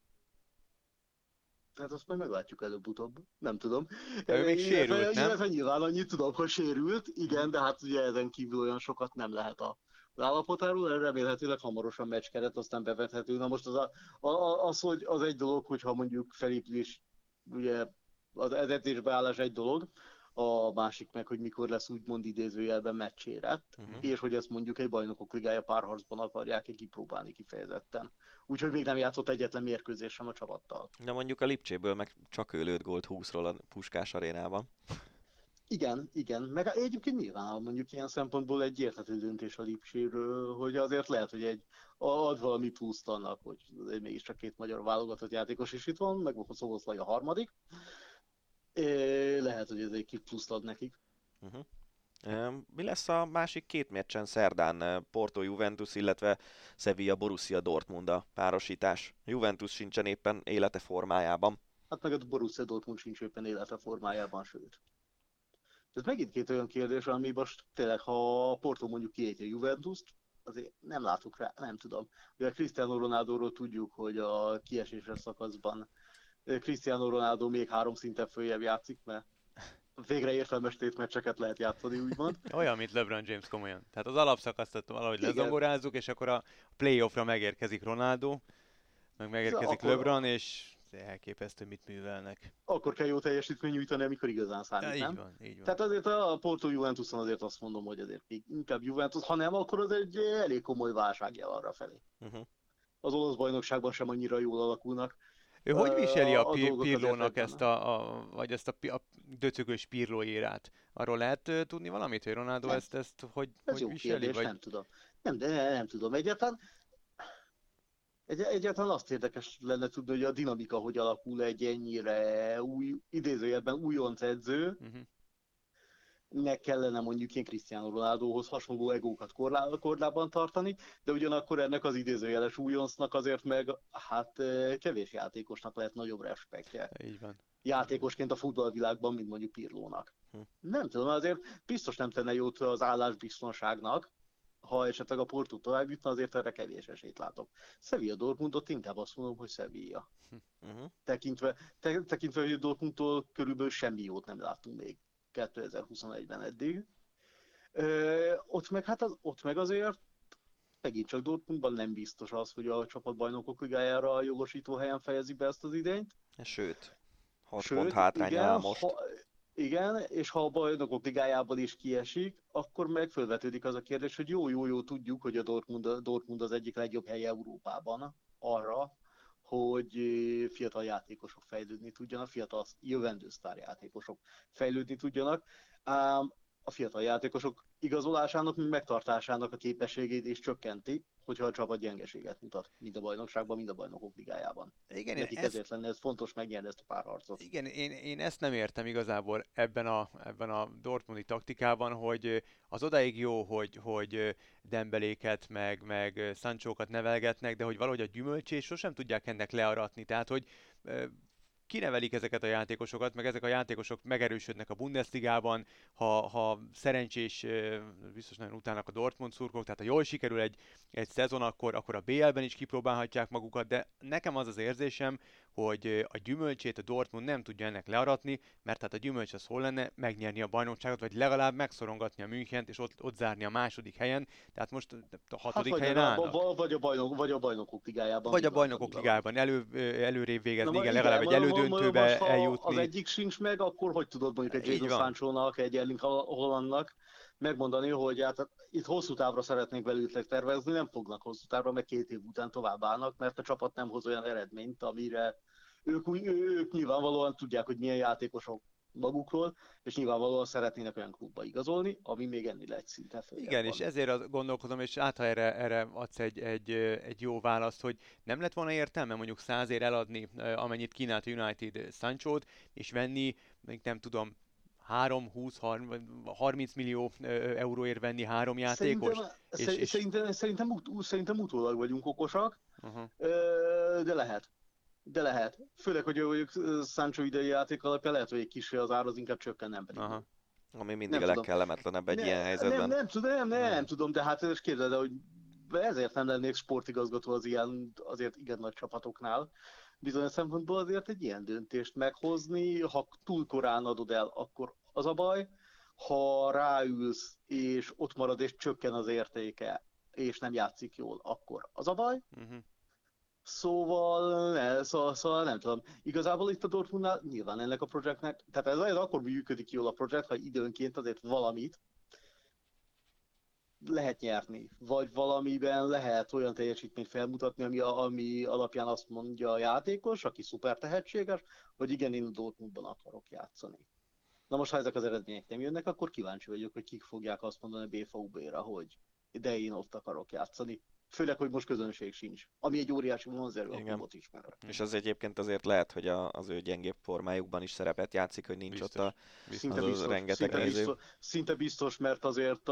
Hát azt majd meglátjuk előbb-utóbb, nem tudom. Ő még sérült, nem? Illetve nyilván annyit tudom, hogy sérült, igen, de hát ugye ezen kívül olyan sokat nem lehet az állapotáról, remélhetőleg hamarosan meccskeret, aztán bevethető. Na most hogy az egy dolog, hogyha mondjuk felépülés, ugye az edzésbeállás egy dolog, a másik meg, hogy mikor lesz úgymond idézőjelben meccsérett, és hogy ezt mondjuk egy bajnokok ligája párharcban akarják kipróbálni kifejezetten. Úgyhogy még nem játszott egyetlen mérkőzés sem a csapattal. De mondjuk a Lipcséből meg csak ő lőtt gólt 20-ról a Puskás arénában. Igen. Meg egyébként nyilván mondjuk ilyen szempontból egy érthető döntés a Lipcséről, hogy azért lehet, hogy ad valami pluszt annak, hogy mégiscsak két magyar válogatott játékos is itt van, meg Szoboszlai a harmadik. Lehet, hogy ez egy kis pluszt ad nekik. Mi lesz a másik két meccsen szerdán? Porto Juventus, illetve Sevilla Borussia Dortmund a párosítás. Juventus sincsen éppen élete formájában. Hát meg a Borussia Dortmund sincs éppen élete formájában, sőt. Ez megint két olyan kérdés, ami most tényleg, ha a Porto mondjuk kiejti a Juventust, azért nem látok rá, nem tudom. Ugye a Cristiano Ronaldoról tudjuk, hogy a kieséses szakaszban Cristiano Ronaldo még 3 szinten följebb játszik, mert végre értelmes tétmeccseket lehet játszani, úgymond. Olyan, mint LeBron James, komolyan. Tehát az alapszakaszt valahogy lezongorázzuk, és akkor a playoffra megérkezik Ronaldo, meg megérkezik akkor LeBron, és elképesztő, mit művelnek. Akkor kell jó teljesítmény nyújtani, amikor igazán számít, ja, nem? Így van. Tehát azért a Porto Juventuson azért azt mondom, hogy azért inkább Juventus, ha nem, akkor az egy elég komoly válságjel arra felé. Az olasz bajnokságban sem annyira jól alakulnak. Ő hogy viseli a Pirlónak ezt vagy ezt a döcögös Pirló érát? Arról lehet tudni valamit, hogy Ronaldo ezt hogy jó viseli? Kérdés, vagy... nem tudom. Nem tudom. Egyáltalán azt érdekes lenne tudni, hogy a dinamika hogy alakul egy ennyire idézőjelben újonc edző, nek kellene mondjuk ilyen Cristiano Ronaldohoz hasonló egókat kordában tartani, de ugyanakkor ennek az idézőjeles újoncnak azért meg hát kevés játékosnak lehet nagyobb respektje. Így van. Játékosként a futballvilágban, mint mondjuk Pirlónak. Nem tudom, azért biztos nem tenne jót az állásbiztonságnak, ha esetleg a Porto tovább jutna, azért erre kevés esélyt látok. Sevilla Dortmundot inkább azt mondom, hogy Sevilla. Tekintve, hogy Dortmundtól körülbelül semmi jót nem láttunk még 2021-ben eddig. Ott meg azért megint csak Dortmundban nem biztos az, hogy a csapatbajnokok ligájára a jogosító helyen fejezi be ezt az idényt. Sőt, 6 pont hátrány áll most. Igen, és ha a bajnokok ligájából is kiesik, akkor meg felvetődik az a kérdés, hogy jó, tudjuk, hogy a Dortmund az egyik legjobb hely Európában arra, hogy fiatal játékosok fejlődni tudjanak, fiatal jövendő sztárjátékosok fejlődni tudjanak. A fiatal játékosok igazolásának, megtartásának a képességét is csökkenti, hogyha a csapat gyengeséget mutat, mind a bajnokságban, mind a bajnokok ligájában. Igen, nekik ezért lenne ez fontos megnyerni ezt a párharcot. Igen, én ezt nem értem igazából ebben a Dortmundi taktikában, hogy az odáig jó, hogy Dembeléket meg Sanchókat nevelgetnek, de hogy valahogy a gyümölcsét sosem tudják ennek learatni. Tehát, hogy kinevelik ezeket a játékosokat, meg ezek a játékosok megerősödnek a Bundesligában, ha szerencsés, biztos nagyon utálnak a Dortmund szurkolók, tehát ha jól sikerül egy szezon, akkor a BL-ben is kipróbálhatják magukat, de nekem az az érzésem, hogy a gyümölcsét a Dortmund nem tudja ennek learatni, mert hát a gyümölcs az hol lenne, megnyerni a bajnokságot, vagy legalább megszorongatni a Münchent, és ott zárni a második helyen. Tehát most a hatodik helyen állnak. Vagy a bajnokok ligájában. Vagy a bajnokok ligájában előrébb végezni, igen, igen, legalább egy elődöntőbe most, ha eljutni. az egyik sincs meg, akkor hogy tudod mondjuk egy Jadon Sancho-nak, egy Erling Haalandnak megmondani, hogy hát itt hosszú távra szeretnénk velük tervezni, nem fognak hosszú távra, meg 2 év után tovább állnak, mert a csapat nem hoz olyan eredményt, amire ők nyilvánvalóan tudják, hogy milyen játékosok magukról, és nyilvánvalóan szeretnének olyan klubba igazolni, ami még ennél egy szinten följebb Igen, van. és ezért gondolkodom, és hát ha erre adsz egy jó választ, hogy nem lett volna értelme mondjuk 100-ért eladni, amennyit kínált a United Sanchót, és venni, még nem tudom, 30 millió euróért venni 3 játékost? Szerintem utólag vagyunk okosak, de lehet. De lehet. Főleg, hogy Sancho idei játék alapján lehet, hogy egy kicsi az ár az inkább csökken, nem pedig. Ami mindig nem a legkellemetlenebb egy ilyen helyzetben. Nem tudom, de hát képzeld el, hogy ezért nem lennék sportigazgató az ilyen, azért igen nagy csapatoknál. Bizonyos szempontból azért egy ilyen döntést meghozni, ha túl korán adod el, akkor az a baj. Ha ráülsz, és ott marad, és csökken az értéke, és nem játszik jól, akkor az a baj. Szóval nem tudom. Igazából itt a Dortmundnál nyilván ennek a projektnek, tehát ez akkor működik jól a projekt, ha időnként azért valamit lehet nyerni, vagy valamiben lehet olyan teljesítményt felmutatni, ami alapján azt mondja a játékos, aki szuper tehetséges, hogy igen, én a Dortmundban akarok játszani. Na most, ha ezek az eredmények nem jönnek, akkor kíváncsi vagyok, hogy kik fogják azt mondani BVB-ra, hogy de én ott akarok játszani. Főleg, hogy most közönség sincs, ami egy óriási vonzerő a klubot ismer. És az egyébként azért lehet, hogy az ő gyengébb formájukban is szerepet játszik, hogy nincs biztos, ott az rengeteg néző. Szinte biztos, mert azért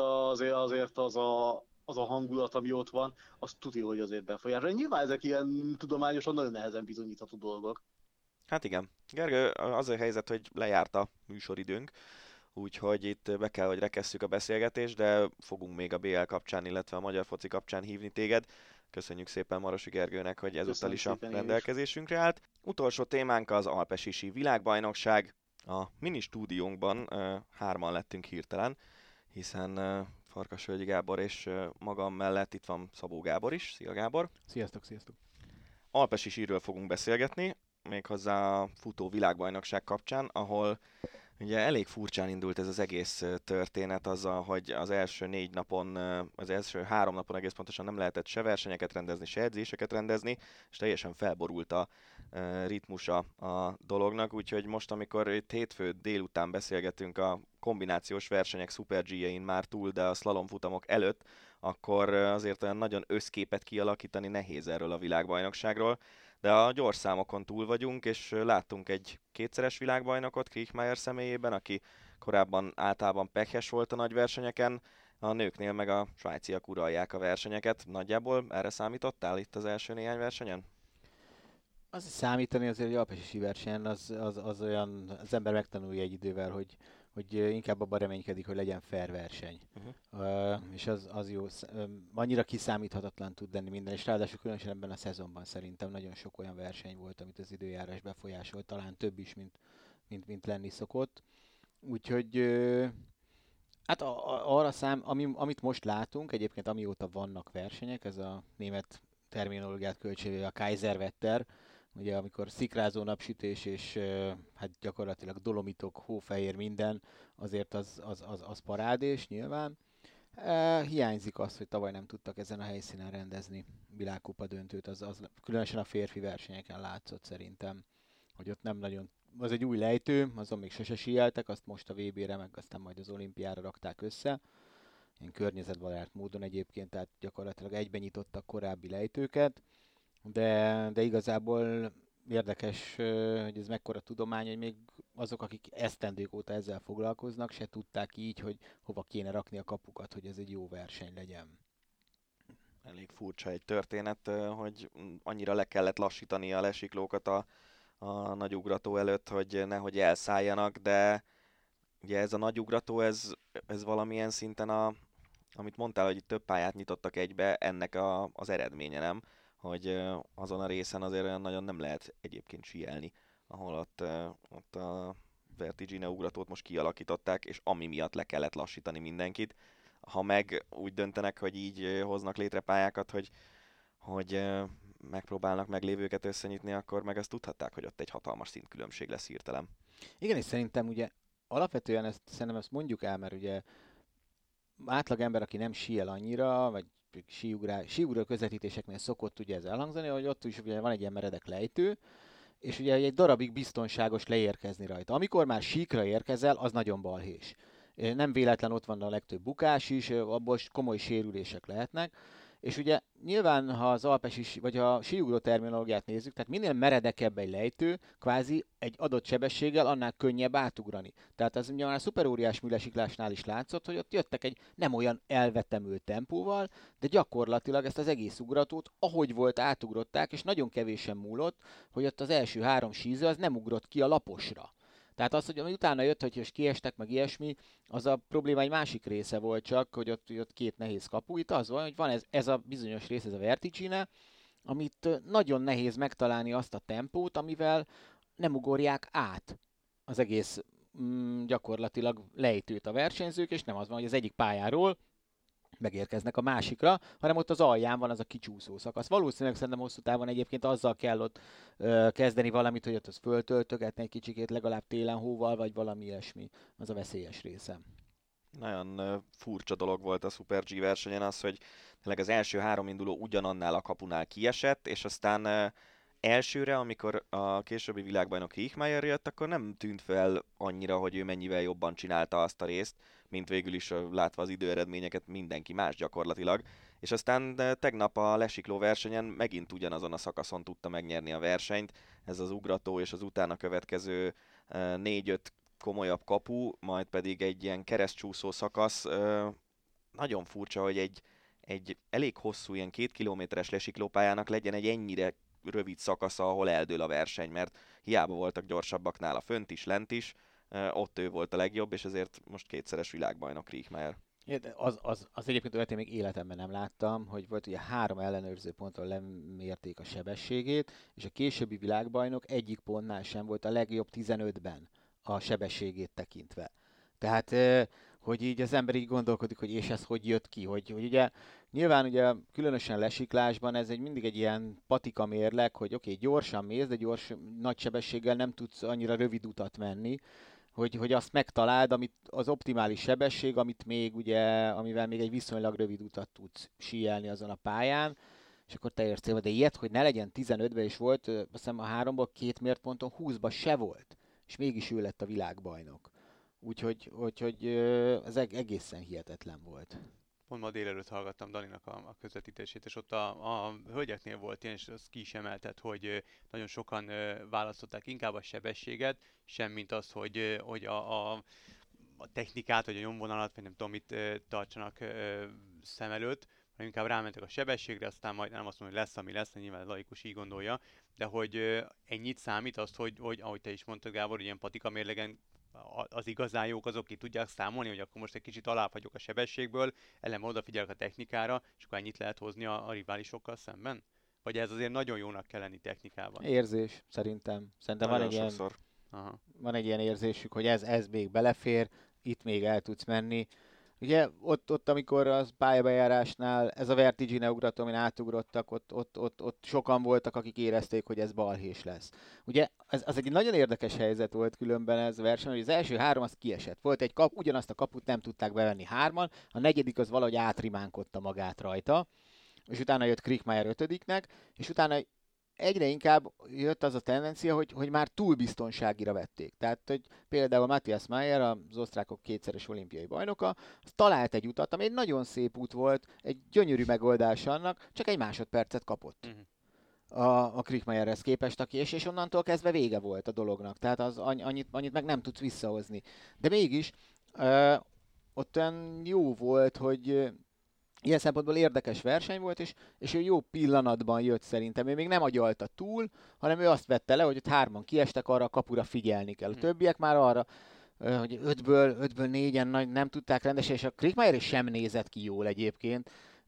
az a hangulat, ami ott van, azt tudja, hogy azért befolyásolja. Nyilván ezek ilyen tudományosan nagyon nehezen bizonyítható dolgok. Hát igen. Gergő, az a helyzet, hogy lejárt a műsoridőnk, úgyhogy itt be kell, hogy rekesszük a beszélgetést, de fogunk még a BL kapcsán, illetve a magyar foci kapcsán hívni téged. Köszönjük szépen Marosi Gergőnek, hogy ezúttal is a rendelkezésünkre állt. Utolsó témánk az Alpesisi világbajnokság. A mini stúdiónkban 3-an lettünk hirtelen, hiszen Farkasvölgyi Gábor és magam mellett itt van Szabó Gábor is. Szia Gábor! Sziasztok! Alpesisiről fogunk beszélgetni, méghozzá a futó világbajnokság kapcsán, ahol ugye elég furcsán indult ez az egész történet azzal, hogy az első 4 napon, az első 3 napon egész pontosan nem lehetett se versenyeket rendezni, se edzéseket rendezni, és teljesen felborult a ritmusa a dolognak, úgyhogy most, amikor itt hétfő délután beszélgetünk a kombinációs versenyek Super G-jein már túl, de a slalomfutamok előtt, akkor azért olyan nagyon összképet kialakítani nehéz erről a világbajnokságról. De a gyors számokon túl vagyunk, és láttunk egy 2-szeres világbajnokot Kriechmeier személyében, aki korábban általában pekhes volt a nagy versenyeken, a nőknél meg a svájciak uralják a versenyeket. Nagyjából erre számítottál itt az első néhány versenyen? Az számítani azért, hogy alpesisi versenyen az olyan, az ember megtanulja egy idővel, hogy inkább abban reménykedik, hogy legyen fair verseny. És az jó, annyira kiszámíthatatlan tud lenni minden, és ráadásul különösen ebben a szezonban szerintem nagyon sok olyan verseny volt, amit az időjárás befolyásolt, talán több is, mint lenni szokott. Úgyhogy hát arra amit most látunk, egyébként amióta vannak versenyek, ez a német terminológiát kölcsönvéve a Kaiserwetter, ugye amikor szikrázó napsütés és hát gyakorlatilag dolomitok, hófehér minden, azért az parádés nyilván. Hiányzik az, hogy tavaly nem tudtak ezen a helyszínen rendezni világkupa döntőt, az különösen a férfi versenyeken látszott szerintem, hogy ott nem nagyon, az egy új lejtő, azon még sose síeltek, azt most a VB-re, meg aztán majd az olimpiára rakták össze, ilyen környezetbarát módon egyébként, tehát gyakorlatilag egyben nyitottak korábbi lejtőket, de igazából érdekes, hogy ez mekkora tudomány, hogy még azok, akik esztendők óta ezzel foglalkoznak, se tudták így, hogy hova kéne rakni a kapukat, hogy ez egy jó verseny legyen. Elég furcsa egy történet, hogy annyira le kellett lassítani a lesiklókat a nagyugrató előtt, hogy nehogy elszálljanak, de ugye ez a nagyugrató, ez valamilyen szinten amit mondtál, hogy itt több pályát nyitottak egybe, ennek az eredménye, nem? hogy azon a részen azért olyan nagyon nem lehet egyébként síelni, ahol ott a Vertigine ugratót most kialakították, és ami miatt le kellett lassítani mindenkit. Ha meg úgy döntenek, hogy így hoznak létre pályákat, hogy megpróbálnak meglévőket összenyitni, akkor meg azt tudhatták, hogy ott egy hatalmas szintkülönbség lesz hirtelen. Igen, és szerintem ugye alapvetően szerintem ezt mondjuk el, mert ugye átlag ember, aki nem síel annyira, vagy síugró közvetítéseknél szokott ugye ez elhangzani, hogy ott is ugye van egy ilyen meredek lejtő, és ugye egy darabig biztonságos leérkezni rajta. Amikor már síkra érkezel, az nagyon balhés. Nem véletlen ott van a legtöbb bukás is, abból komoly sérülések lehetnek. És ugye nyilván, ha az alpes vagy a síugró terminológiát nézzük, tehát minél meredekebb egy lejtő, kvázi egy adott sebességgel, annál könnyebb átugrani. Tehát ez ugye már a szuperóriás műlesiklásnál is látszott, hogy ott jöttek egy nem olyan elvetemült tempóval, de gyakorlatilag ezt az egész ugratót, ahogy volt, átugrották, és nagyon kevésen múlott, hogy ott az első 3 síző az nem ugrott ki a laposra. Tehát az, hogy utána jött, hogy most kiestek, meg ilyesmi, az a probléma egy másik része volt csak, hogy ott 2 nehéz kapu. Itt az van, hogy van ez a bizonyos rész, ez a Vertigine, amit nagyon nehéz megtalálni azt a tempót, amivel nem ugorják át az egész gyakorlatilag lejtőt a versenyzők, és nem az van, hogy az egyik pályáról megérkeznek a másikra, hanem ott az alján van az a kicsúszó szakasz. Valószínűleg szerintem hosszú távon egyébként azzal kell ott kezdeni valamit, hogy ott az föltöltögetni egy kicsikét, legalább télen hóval, vagy valami ilyesmi. Az a veszélyes része. Nagyon furcsa dolog volt a Super G versenyen az, hogy tényleg az első 3 induló ugyanannál a kapunál kiesett, és aztán elsőre, amikor a későbbi világbajnok Riechmeier jött, akkor nem tűnt fel annyira, hogy ő mennyivel jobban csinálta azt a részt, mint végül is látva az időeredményeket mindenki más gyakorlatilag. És aztán tegnap a lesikló versenyen megint ugyanazon a szakaszon tudta megnyerni a versenyt. Ez az ugrató és az utána következő 4-5 komolyabb kapu, majd pedig egy ilyen keresztcsúszó szakasz. Nagyon furcsa, hogy egy elég hosszú, ilyen 2 kilométeres lesiklópályának legyen egy ennyire rövid szakasza, ahol eldől a verseny, mert hiába voltak gyorsabbak nála fönt is, lent is, ott ő volt a legjobb, és ezért most 2-szeres világbajnok Riechmeier. Az egyébként olyat én még életemben nem láttam, hogy volt ugye 3 ellenőrző ponton lemérték a sebességét, és a későbbi világbajnok egyik pontnál sem volt a legjobb 15-ben a sebességét tekintve. Tehát, hogy így az ember így gondolkodik, hogy és ez hogy jött ki, hogy ugye nyilván ugye különösen lesiklásban ez mindig egy ilyen patika mérleg, hogy oké, gyorsan mész, de nagy sebességgel nem tudsz annyira rövid utat menni, hogy azt megtaláld, amit az optimális sebesség, amivel még egy viszonylag rövid utat tudsz síelni azon a pályán, és akkor te érsz célba. De ilyet, hogy ne legyen 15-ben is volt, azt hiszem a 3-ból 2 mértponton 20-ba se volt, és mégis ő lett a világbajnok. Úgyhogy ez egészen hihetetlen volt. Pont ma délelőtt hallgattam Daninak a közvetítését, és ott a hölgyeknél volt ilyen, és az ki is emeltet, hogy nagyon sokan választották inkább a sebességet, semmint azt, hogy a technikát, vagy a nyomvonalat, vagy nem tudom mit tartsanak szem előtt, hanem inkább rámentek a sebességre, aztán majd nem azt mondom, hogy lesz, ami lesz, nyilván laikus így gondolja, de hogy ennyit számít azt, hogy ahogy te is mondtad, Gábor, hogy ilyen patika mérlegen az igazán jók azok ki tudják számolni, hogy akkor most egy kicsit alább hagyok a sebességből, ellenben odafigyelek a technikára, és akkor ennyit lehet hozni a riválisokkal szemben? Vagy ez azért nagyon jónak kell lenni technikában? Érzés, szerintem. Szerintem van egy ilyen érzésük, hogy ez még belefér, itt még el tudsz menni. Ugye ott amikor az pályabejárásnál ez a Vertigine ugrató, amin átugrottak, ott sokan voltak, akik érezték, hogy ez balhés lesz. Ugye az egy nagyon érdekes helyzet volt különben ez a verseny, hogy az első 3 az kiesett. Volt egy ugyanazt a kaput nem tudták bevenni 3-an, a negyedik az valahogy átrimánkodta magát rajta, és utána jött Riechmeier 5-nek, és utána egyre inkább jött az a tendencia, hogy már túl biztonságira vették. Tehát, hogy például Matthias Mayer, az osztrákok 2-szeres olimpiai bajnoka, az talált egy utat, ami egy nagyon szép út volt, egy gyönyörű megoldás annak, csak egy másodpercet kapott a Riechmeierhez képest, és onnantól kezdve vége volt a dolognak. Tehát az annyit meg nem tudsz visszahozni. De mégis ott olyan jó volt, hogy ilyen szempontból érdekes verseny volt, és ő jó pillanatban jött szerintem. Ő még nem agyalta túl, hanem ő azt vette le, hogy ott 3-an kiestek, arra a kapura figyelni kell. A többiek már arra, hogy 5-ből 4-en nem tudták rendesen, és a Riechmeier sem nézett ki jól egyébként.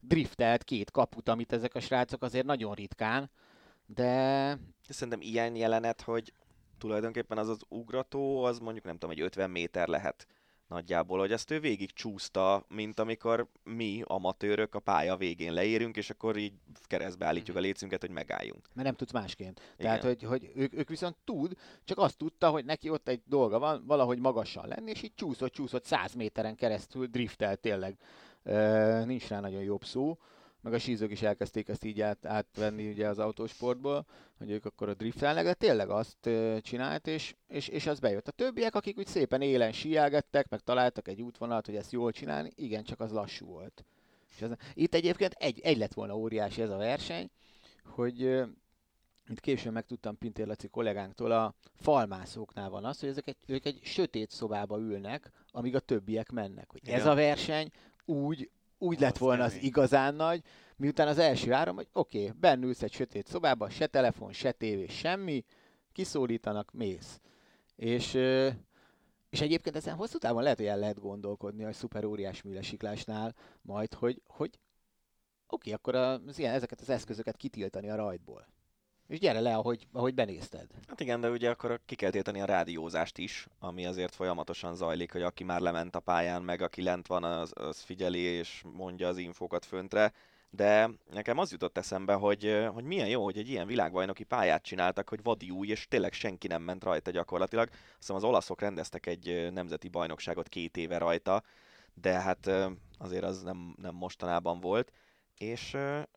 driftelt 2 kaput, amit ezek a srácok azért nagyon ritkán, de... Szerintem ilyen jelenet, hogy tulajdonképpen az ugrató, az mondjuk nem tudom, egy 50 méter lehet nagyjából, hogy ezt ő végig csúszta, mint amikor mi, amatőrök, a pálya végén leérünk, és akkor így keresztbe állítjuk a lécünket, hogy megálljunk. Mert nem tudsz másként. Igen. Tehát, hogy ők viszont csak azt tudta, hogy neki ott egy dolga van, valahogy magasan lenni, és így csúszott 100 méteren keresztül, driftelt tényleg. Nincs rá nagyon jobb szó. Meg a sízők is elkezdték ezt így átvenni ugye az autósportból, hogy ők akkor a driftelnek, de tényleg azt csinált, és az bejött. A többiek, akik úgy szépen élen síelgettek, meg találtak egy útvonalat, hogy ezt jól csinálni, igen, csak az lassú volt. És itt egyébként egy lett volna óriási ez a verseny, hogy mint később megtudtam Pintér Laci kollégánktól, a falmászóknál van az, hogy ők egy sötét szobába ülnek, amíg a többiek mennek. Hogy ez a verseny úgy lett volna az igazán nagy, miután az első 3, hogy oké, bennülsz egy sötét szobába, se telefon, se tévé, semmi, kiszólítanak, mész. És egyébként ezen hosszú távon lehet, hogy el lehet gondolkodni a szuper óriás műlesiklásnál majd, hogy oké, akkor ezeket az eszközöket kitiltani a rajtból. És gyere le, ahogy benézted. Hát igen, de ugye akkor ki kell tiltani a rádiózást is, ami azért folyamatosan zajlik, hogy aki már lement a pályán, meg aki lent van, az figyeli és mondja az infókat föntre. De nekem az jutott eszembe, hogy milyen jó, hogy egy ilyen világbajnoki pályát csináltak, hogy vadi új, és tényleg senki nem ment rajta gyakorlatilag. Azt hiszem az olaszok rendeztek egy nemzeti bajnokságot 2 éve rajta, de hát azért az nem mostanában volt. És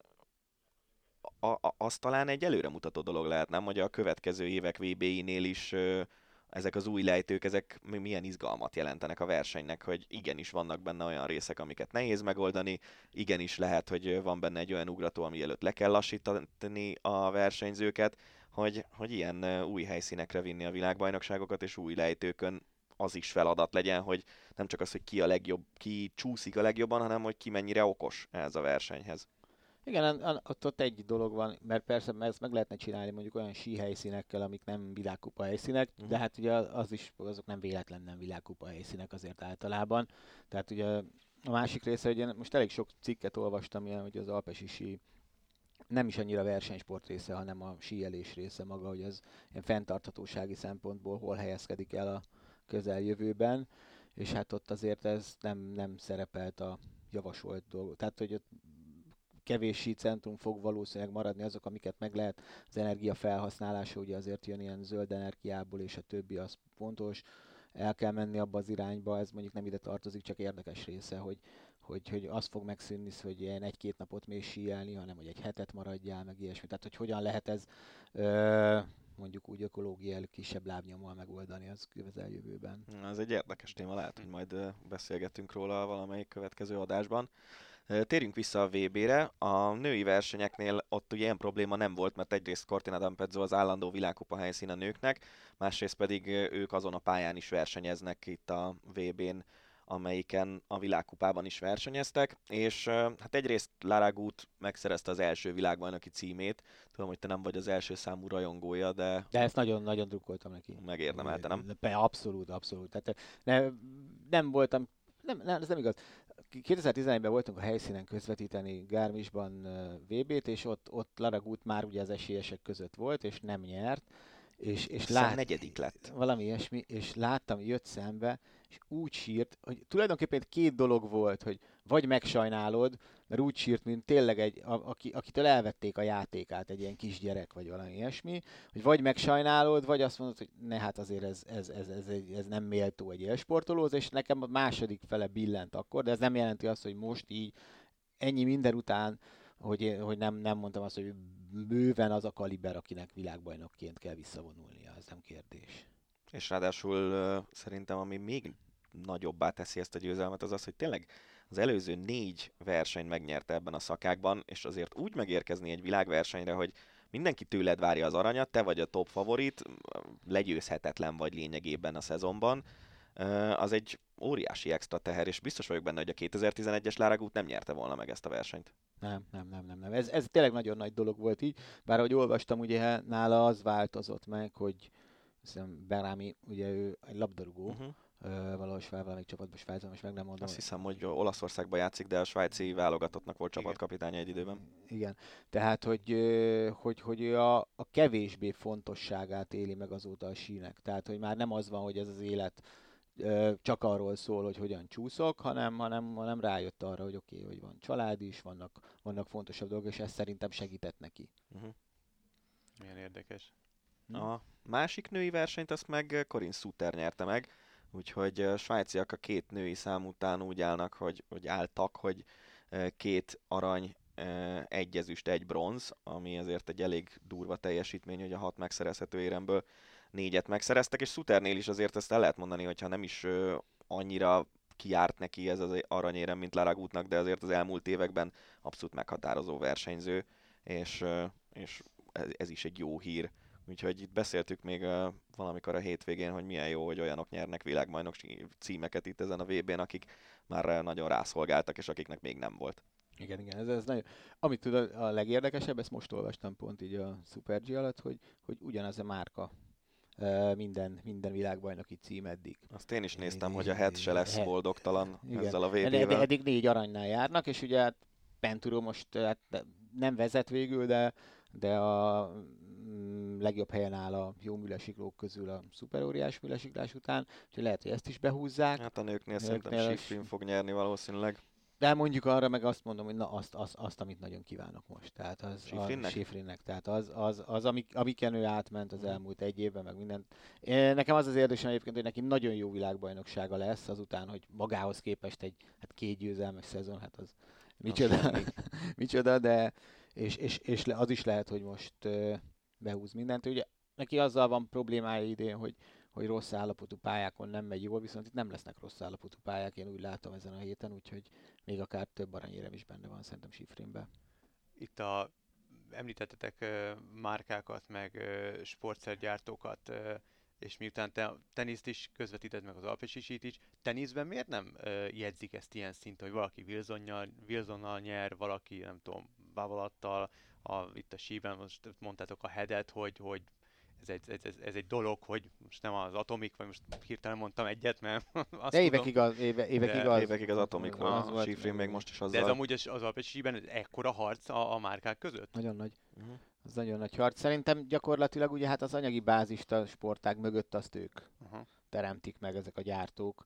az talán egy előremutató dolog lehet, nem? Hogy a következő évek VB-inél is ezek az új lejtők, ezek milyen izgalmat jelentenek a versenynek, hogy igenis vannak benne olyan részek, amiket nehéz megoldani, igenis lehet, hogy van benne egy olyan ugrató, ami előtt le kell lassítani a versenyzőket, hogy ilyen új helyszínekre vinni a világbajnokságokat, és új lejtőkön az is feladat legyen, hogy nem csak az, hogy ki a legjobb, ki csúszik a legjobban, hanem hogy ki mennyire okos ehhez a versenyhez. Igen, ott egy dolog van, mert persze ezt meg lehetne csinálni mondjuk olyan síhelyszínekkel, amik nem világkupa helyszínek, de hát ugye azok nem véletlen nem világkupa helyszínek azért általában. Tehát ugye a másik része, hogy én most elég sok cikket olvastam, ilyen, hogy az alpesi sí nem is annyira versenysport része, hanem a síelés része maga, hogy ez ilyen fenntarthatósági szempontból hol helyezkedik el a közeljövőben, és hát ott azért ez nem szerepelt a javasolt dolog. Tehát, hogy ott kevés sícentrum fog valószínűleg maradni, azok, amiket meg lehet, az energia felhasználása ugye azért jön ilyen zöld energiából, és a többi az fontos, el kell menni abba az irányba, ez mondjuk nem ide tartozik, csak érdekes része, hogy az fog megszűnni, hogy ilyen 1-2 napot mész síelni, hanem hogy egy hetet maradjál, meg ilyesmi. Tehát, hogy hogyan lehet ez mondjuk úgy ökológiai kisebb lábnyommal megoldani az közeljövőben. Ez egy érdekes téma, lehet, hogy majd beszélgetünk róla valamelyik következő adásban. Térjünk vissza a VB-re. A női versenyeknél ott ugye ilyen probléma nem volt, mert egyrészt Cortina d'Ampezzo az állandó világkupa helyszín a nőknek, másrészt pedig ők azon a pályán is versenyeznek itt a VB-n, amelyiken a világkupában is versenyeztek, és hát egyrészt Lara Gut megszerezte az első világbajnoki címét. Tudom, hogy te nem vagy az első számú rajongója, de ezt nagyon drukkoltam neki. Megérdemelte, nem? Abszolút. Tehát nem voltam, ez nem igaz. 2011-ben voltunk a helyszínen közvetíteni Garmisch-ban VB-t, és ott Lara Gut már ugye az esélyesek között volt, és nem nyert. És negyedik lett. Valami ilyesmi, és láttam, jött szembe, és úgy sírt, hogy tulajdonképpen 2 dolog volt, hogy vagy megsajnálod, mert úgy sírt, mint tényleg akitől elvették a játékát, egy ilyen kisgyerek, vagy valami ilyesmi, hogy vagy megsajnálod, vagy azt mondod, hogy ne, hát azért ez nem méltó egy élsportolóhoz, és nekem a második fele billent akkor, de ez nem jelenti azt, hogy most így ennyi minden után, hogy nem mondtam azt, hogy bőven az a kaliber, akinek világbajnokként kell visszavonulnia, ez nem kérdés. És ráadásul szerintem, ami még nagyobbá teszi ezt a győzelmet, az az, hogy tényleg az előző 4 versenyt megnyerte ebben a szakákban, és azért úgy megérkezni egy világversenyre, hogy mindenki tőled várja az aranyat, te vagy a top favorit, legyőzhetetlen vagy lényegében a szezonban, az egy óriási extra teher, és biztos vagyok benne, hogy a 2011-es Lara Gut nem nyerte volna meg ezt a versenyt. Nem. Ez tényleg nagyon nagy dolog volt így, bár ahogy olvastam, ugye nála az változott meg, hogy hiszem Berami, ugye ő egy labdarúgó, valamelyik csapatban, Svájcban, most meg nem mondom. Azt hiszem, hogy Olaszországban játszik, de a svájci válogatottnak volt csapatkapitánya egy időben. Igen. Tehát, hogy ő a kevésbé fontosságát éli meg azóta a sínek. Tehát, hogy már nem az van, hogy ez az élet csak arról szól, hogy hogyan csúszok, hanem rájött arra, hogy oké, hogy van család is, vannak fontosabb dolgok, és ez szerintem segített neki. Milyen érdekes. A másik női versenyt azt meg Corinne Suter nyerte meg, úgyhogy a svájciak a 2 női szám után úgy állnak, hogy álltak, hogy 2 arany, 1 ezüst, 1 bronz, ami azért egy elég durva teljesítmény, hogy a 6 megszerezhető éremből 4-et megszereztek, és Suternél is azért ezt el lehet mondani, hogyha nem is annyira kiárt neki ez az aranyérem, mint Lara Gutnak, de azért az elmúlt években abszolút meghatározó versenyző, és ez is egy jó hír. Úgyhogy itt beszéltük még valamikor a hétvégén, hogy milyen jó, hogy olyanok nyernek világbajnoki címeket itt ezen a VB-n, akik már nagyon rászolgáltak, és akiknek még nem volt. Igen, ez nagyon... Amit tudod, a legérdekesebb, ezt most olvastam pont így a Super G alatt, hogy ugyanaz a márka minden világbajnoki cím eddig. Azt én is néztem, hogy a Head se lesz boldogtalan ezzel a VB-vel. Eddig 4 aranynál járnak, és ugye Penturo most nem vezet végül, de a legjobb helyen áll a jó műlesiklók közül a szuperóriás műlesiklás után, úgyhogy lehet, hogy ezt is behúzzák. Hát a nőknél szerintem Schifrin fog nyerni valószínűleg. De mondjuk arra meg azt mondom, hogy na azt amit nagyon kívánok most. Tehát az Schifrinnek. Tehát az amiken ő átment az elmúlt 1 évben, meg mindent. Nekem az érzésem egyébként, hogy neki nagyon jó világbajnoksága lesz azután, hogy magához képest egy 2 győzelmes szezon, hát az micsoda, de és az is lehet, hogy most behúz mindent. Ugye neki azzal van problémája idén, hogy rossz állapotú pályákon nem megy jól, viszont itt nem lesznek rossz állapotú pályák, én úgy látom ezen a héten, úgyhogy még akár több aranyérem is benne van szerintem Schifrinben. Itt említettetek márkákat, meg sportszergyártókat, és miután te teniszt is közvetíted, meg az alpecsisít is, teniszben miért nem jegyzik ezt ilyen szinten, hogy valaki Wilsonnal nyer, valaki nem tudom, Babolattal, itt a síben most mondtátok a Headet, hogy ez egy dolog, hogy most nem az Atomic, vagy most hirtelen mondtam egyet, mert azt de évekig az Atomic volt, a Schifrin még most is azzal. De ez amúgy az alpecsisíben ekkora harc a márkák között? Nagyon nagy. Az nagyon nagy harc. Szerintem gyakorlatilag ugye hát az anyagi bázist a sportág mögött azt ők teremtik meg, ezek a gyártók.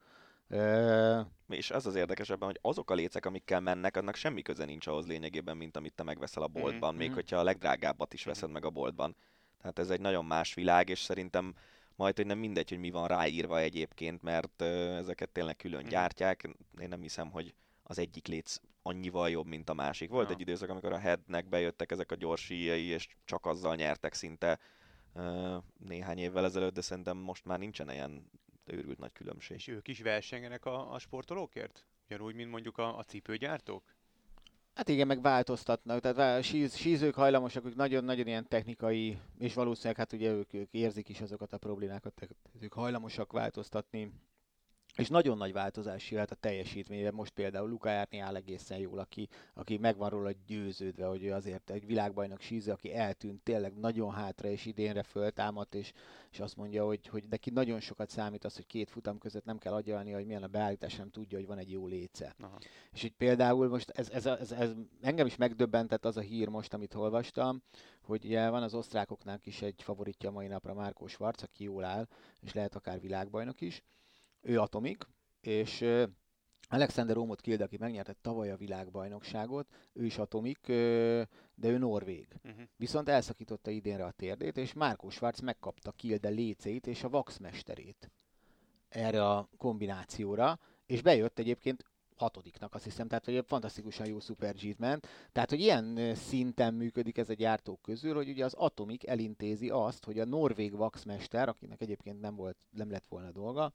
És az érdekesebben, hogy azok a lécek, amikkel mennek, annak semmi köze nincs ahhoz lényegében, mint amit te megveszel a boltban, még hogyha a legdrágábbat is veszed meg a boltban. Tehát ez egy nagyon más világ, és szerintem majd, hogy nem mindegy, hogy mi van ráírva egyébként, mert ezeket tényleg külön gyártják. Én nem hiszem, hogy az egyik léc annyival jobb, mint a másik. Volt egy időszak, amikor a Headnek bejöttek ezek a gyors síjai, és csak azzal nyertek szinte néhány évvel ezelőtt, de szerintem most már nincsen ilyen őrült nagy különbség. És ők is versengenek a sportolókért? Ugyanúgy, mint mondjuk a cipőgyártók? Hát igen, meg változtatnak, tehát sízők hajlamosak, ők nagyon-nagyon ilyen technikai, és valószínűleg hát ugye ők érzik is azokat a problémákat, tehát ők hajlamosak változtatni, és nagyon nagy változás jöhet a teljesítményben. Most például Luca Erni áll egészen jól, aki meg van róla győződve, hogy ő azért egy világbajnok síző, aki eltűnt tényleg nagyon hátra, és idénre föltámadt, és azt mondja, hogy neki nagyon sokat számít az, hogy 2 futam között nem kell agyalni, hogy milyen a beállítás, nem tudja, hogy van egy jó léce. Aha. És így például most ez engem is megdöbbentett az a hír most, amit olvastam, hogy ugye van az osztrákoknál is egy favoritja mai napra, Marco Schwarz, aki jól áll, és lehet akár világbajnok is. Ő Atomic, és Alexander Åmodt-Kilde, aki megnyerte tavaly a világbajnokságot, ő is Atomic, de ő norvég. Viszont elszakította idénre a térdét, és Marco Schwarz megkapta Kilde léceit és a vaxmesterét erre a kombinációra, és bejött egyébként 6-nak, azt hiszem, tehát hogy fantasztikusan jó Super G-t ment. Tehát, hogy ilyen szinten működik ez a gyártók közül, hogy ugye az Atomic elintézi azt, hogy a norvég vaxmester, akinek egyébként nem lett volna dolga,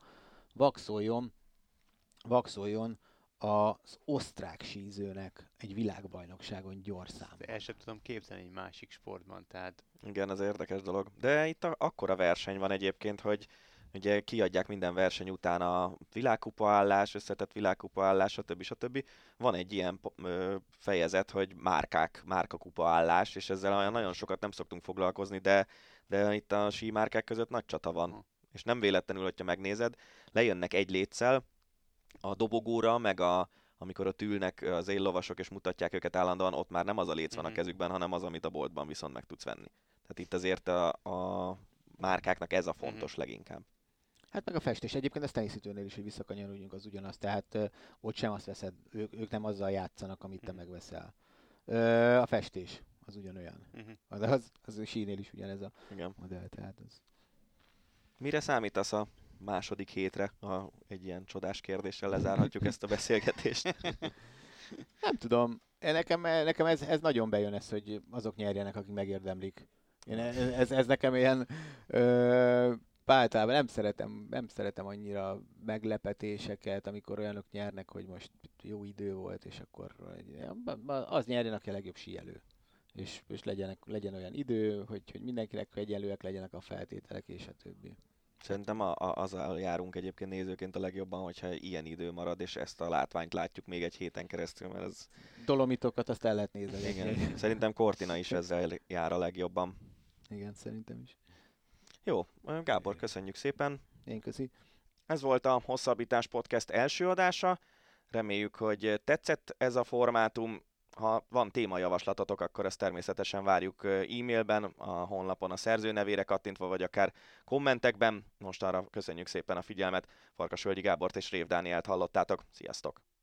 vaxoljon az osztrák sízőnek egy világbajnokságon gyorszámban. El sem tudom képzelni egy másik sportban, tehát... Igen, az érdekes dolog. De itt akkora verseny van egyébként, hogy ugye kiadják minden verseny után a világkupa állás, összetett világkupa állás, stb. Van egy ilyen fejezet, hogy márkakupa állás, és ezzel olyan nagyon sokat nem szoktunk foglalkozni, de itt a símárkák között nagy csata van. és nem véletlenül, hogyha megnézed, lejönnek egy létszel a dobogóra, meg amikor ott ülnek az éllovasok és mutatják őket állandóan, ott már nem az a léc van a kezükben, hanem az, amit a boltban viszont meg tudsz venni. Tehát itt azért a márkáknak ez a fontos leginkább. Hát meg a festés. Egyébként ez teniszítőnél is, hogy visszakanyarodjunk, az ugyanaz. Tehát ott sem azt veszed, ők nem azzal játszanak, amit te megveszel. A festés az ugyanolyan. Az a sínél is ugyanez a modell. Tehát az... Mire számítasz a második hétre? Egy ilyen csodás kérdéssel lezárhatjuk ezt a beszélgetést. Nem tudom. Nekem ez nagyon bejön ez, hogy azok nyerjenek, akik megérdemlik. Ez nekem ilyen... Általában nem szeretem annyira meglepetéseket, amikor olyanok nyernek, hogy most jó idő volt, és akkor az nyerjen, aki a legjobb síelő. És legyen olyan idő, hogy mindenkinek egyenlőek legyenek a feltételek, és a többi. Szerintem azzal járunk egyébként nézőként a legjobban, hogyha ilyen idő marad, és ezt a látványt látjuk még egy héten keresztül, mert ez... Dolomitokat azt el lehet nézni. Igen, szerintem Cortina is ezzel jár a legjobban. Igen, szerintem is. Jó, Gábor, köszönjük szépen. Én köszi. Ez volt a Hosszabbítás Podcast első adása. Reméljük, hogy tetszett ez a formátum. Ha van témajavaslatotok, akkor ezt természetesen várjuk e-mailben, a honlapon a szerző nevére kattintva, vagy akár kommentekben. Most arra köszönjük szépen a figyelmet. Farkasvölgyi Gábort és Rév Dánielt hallottátok. Sziasztok!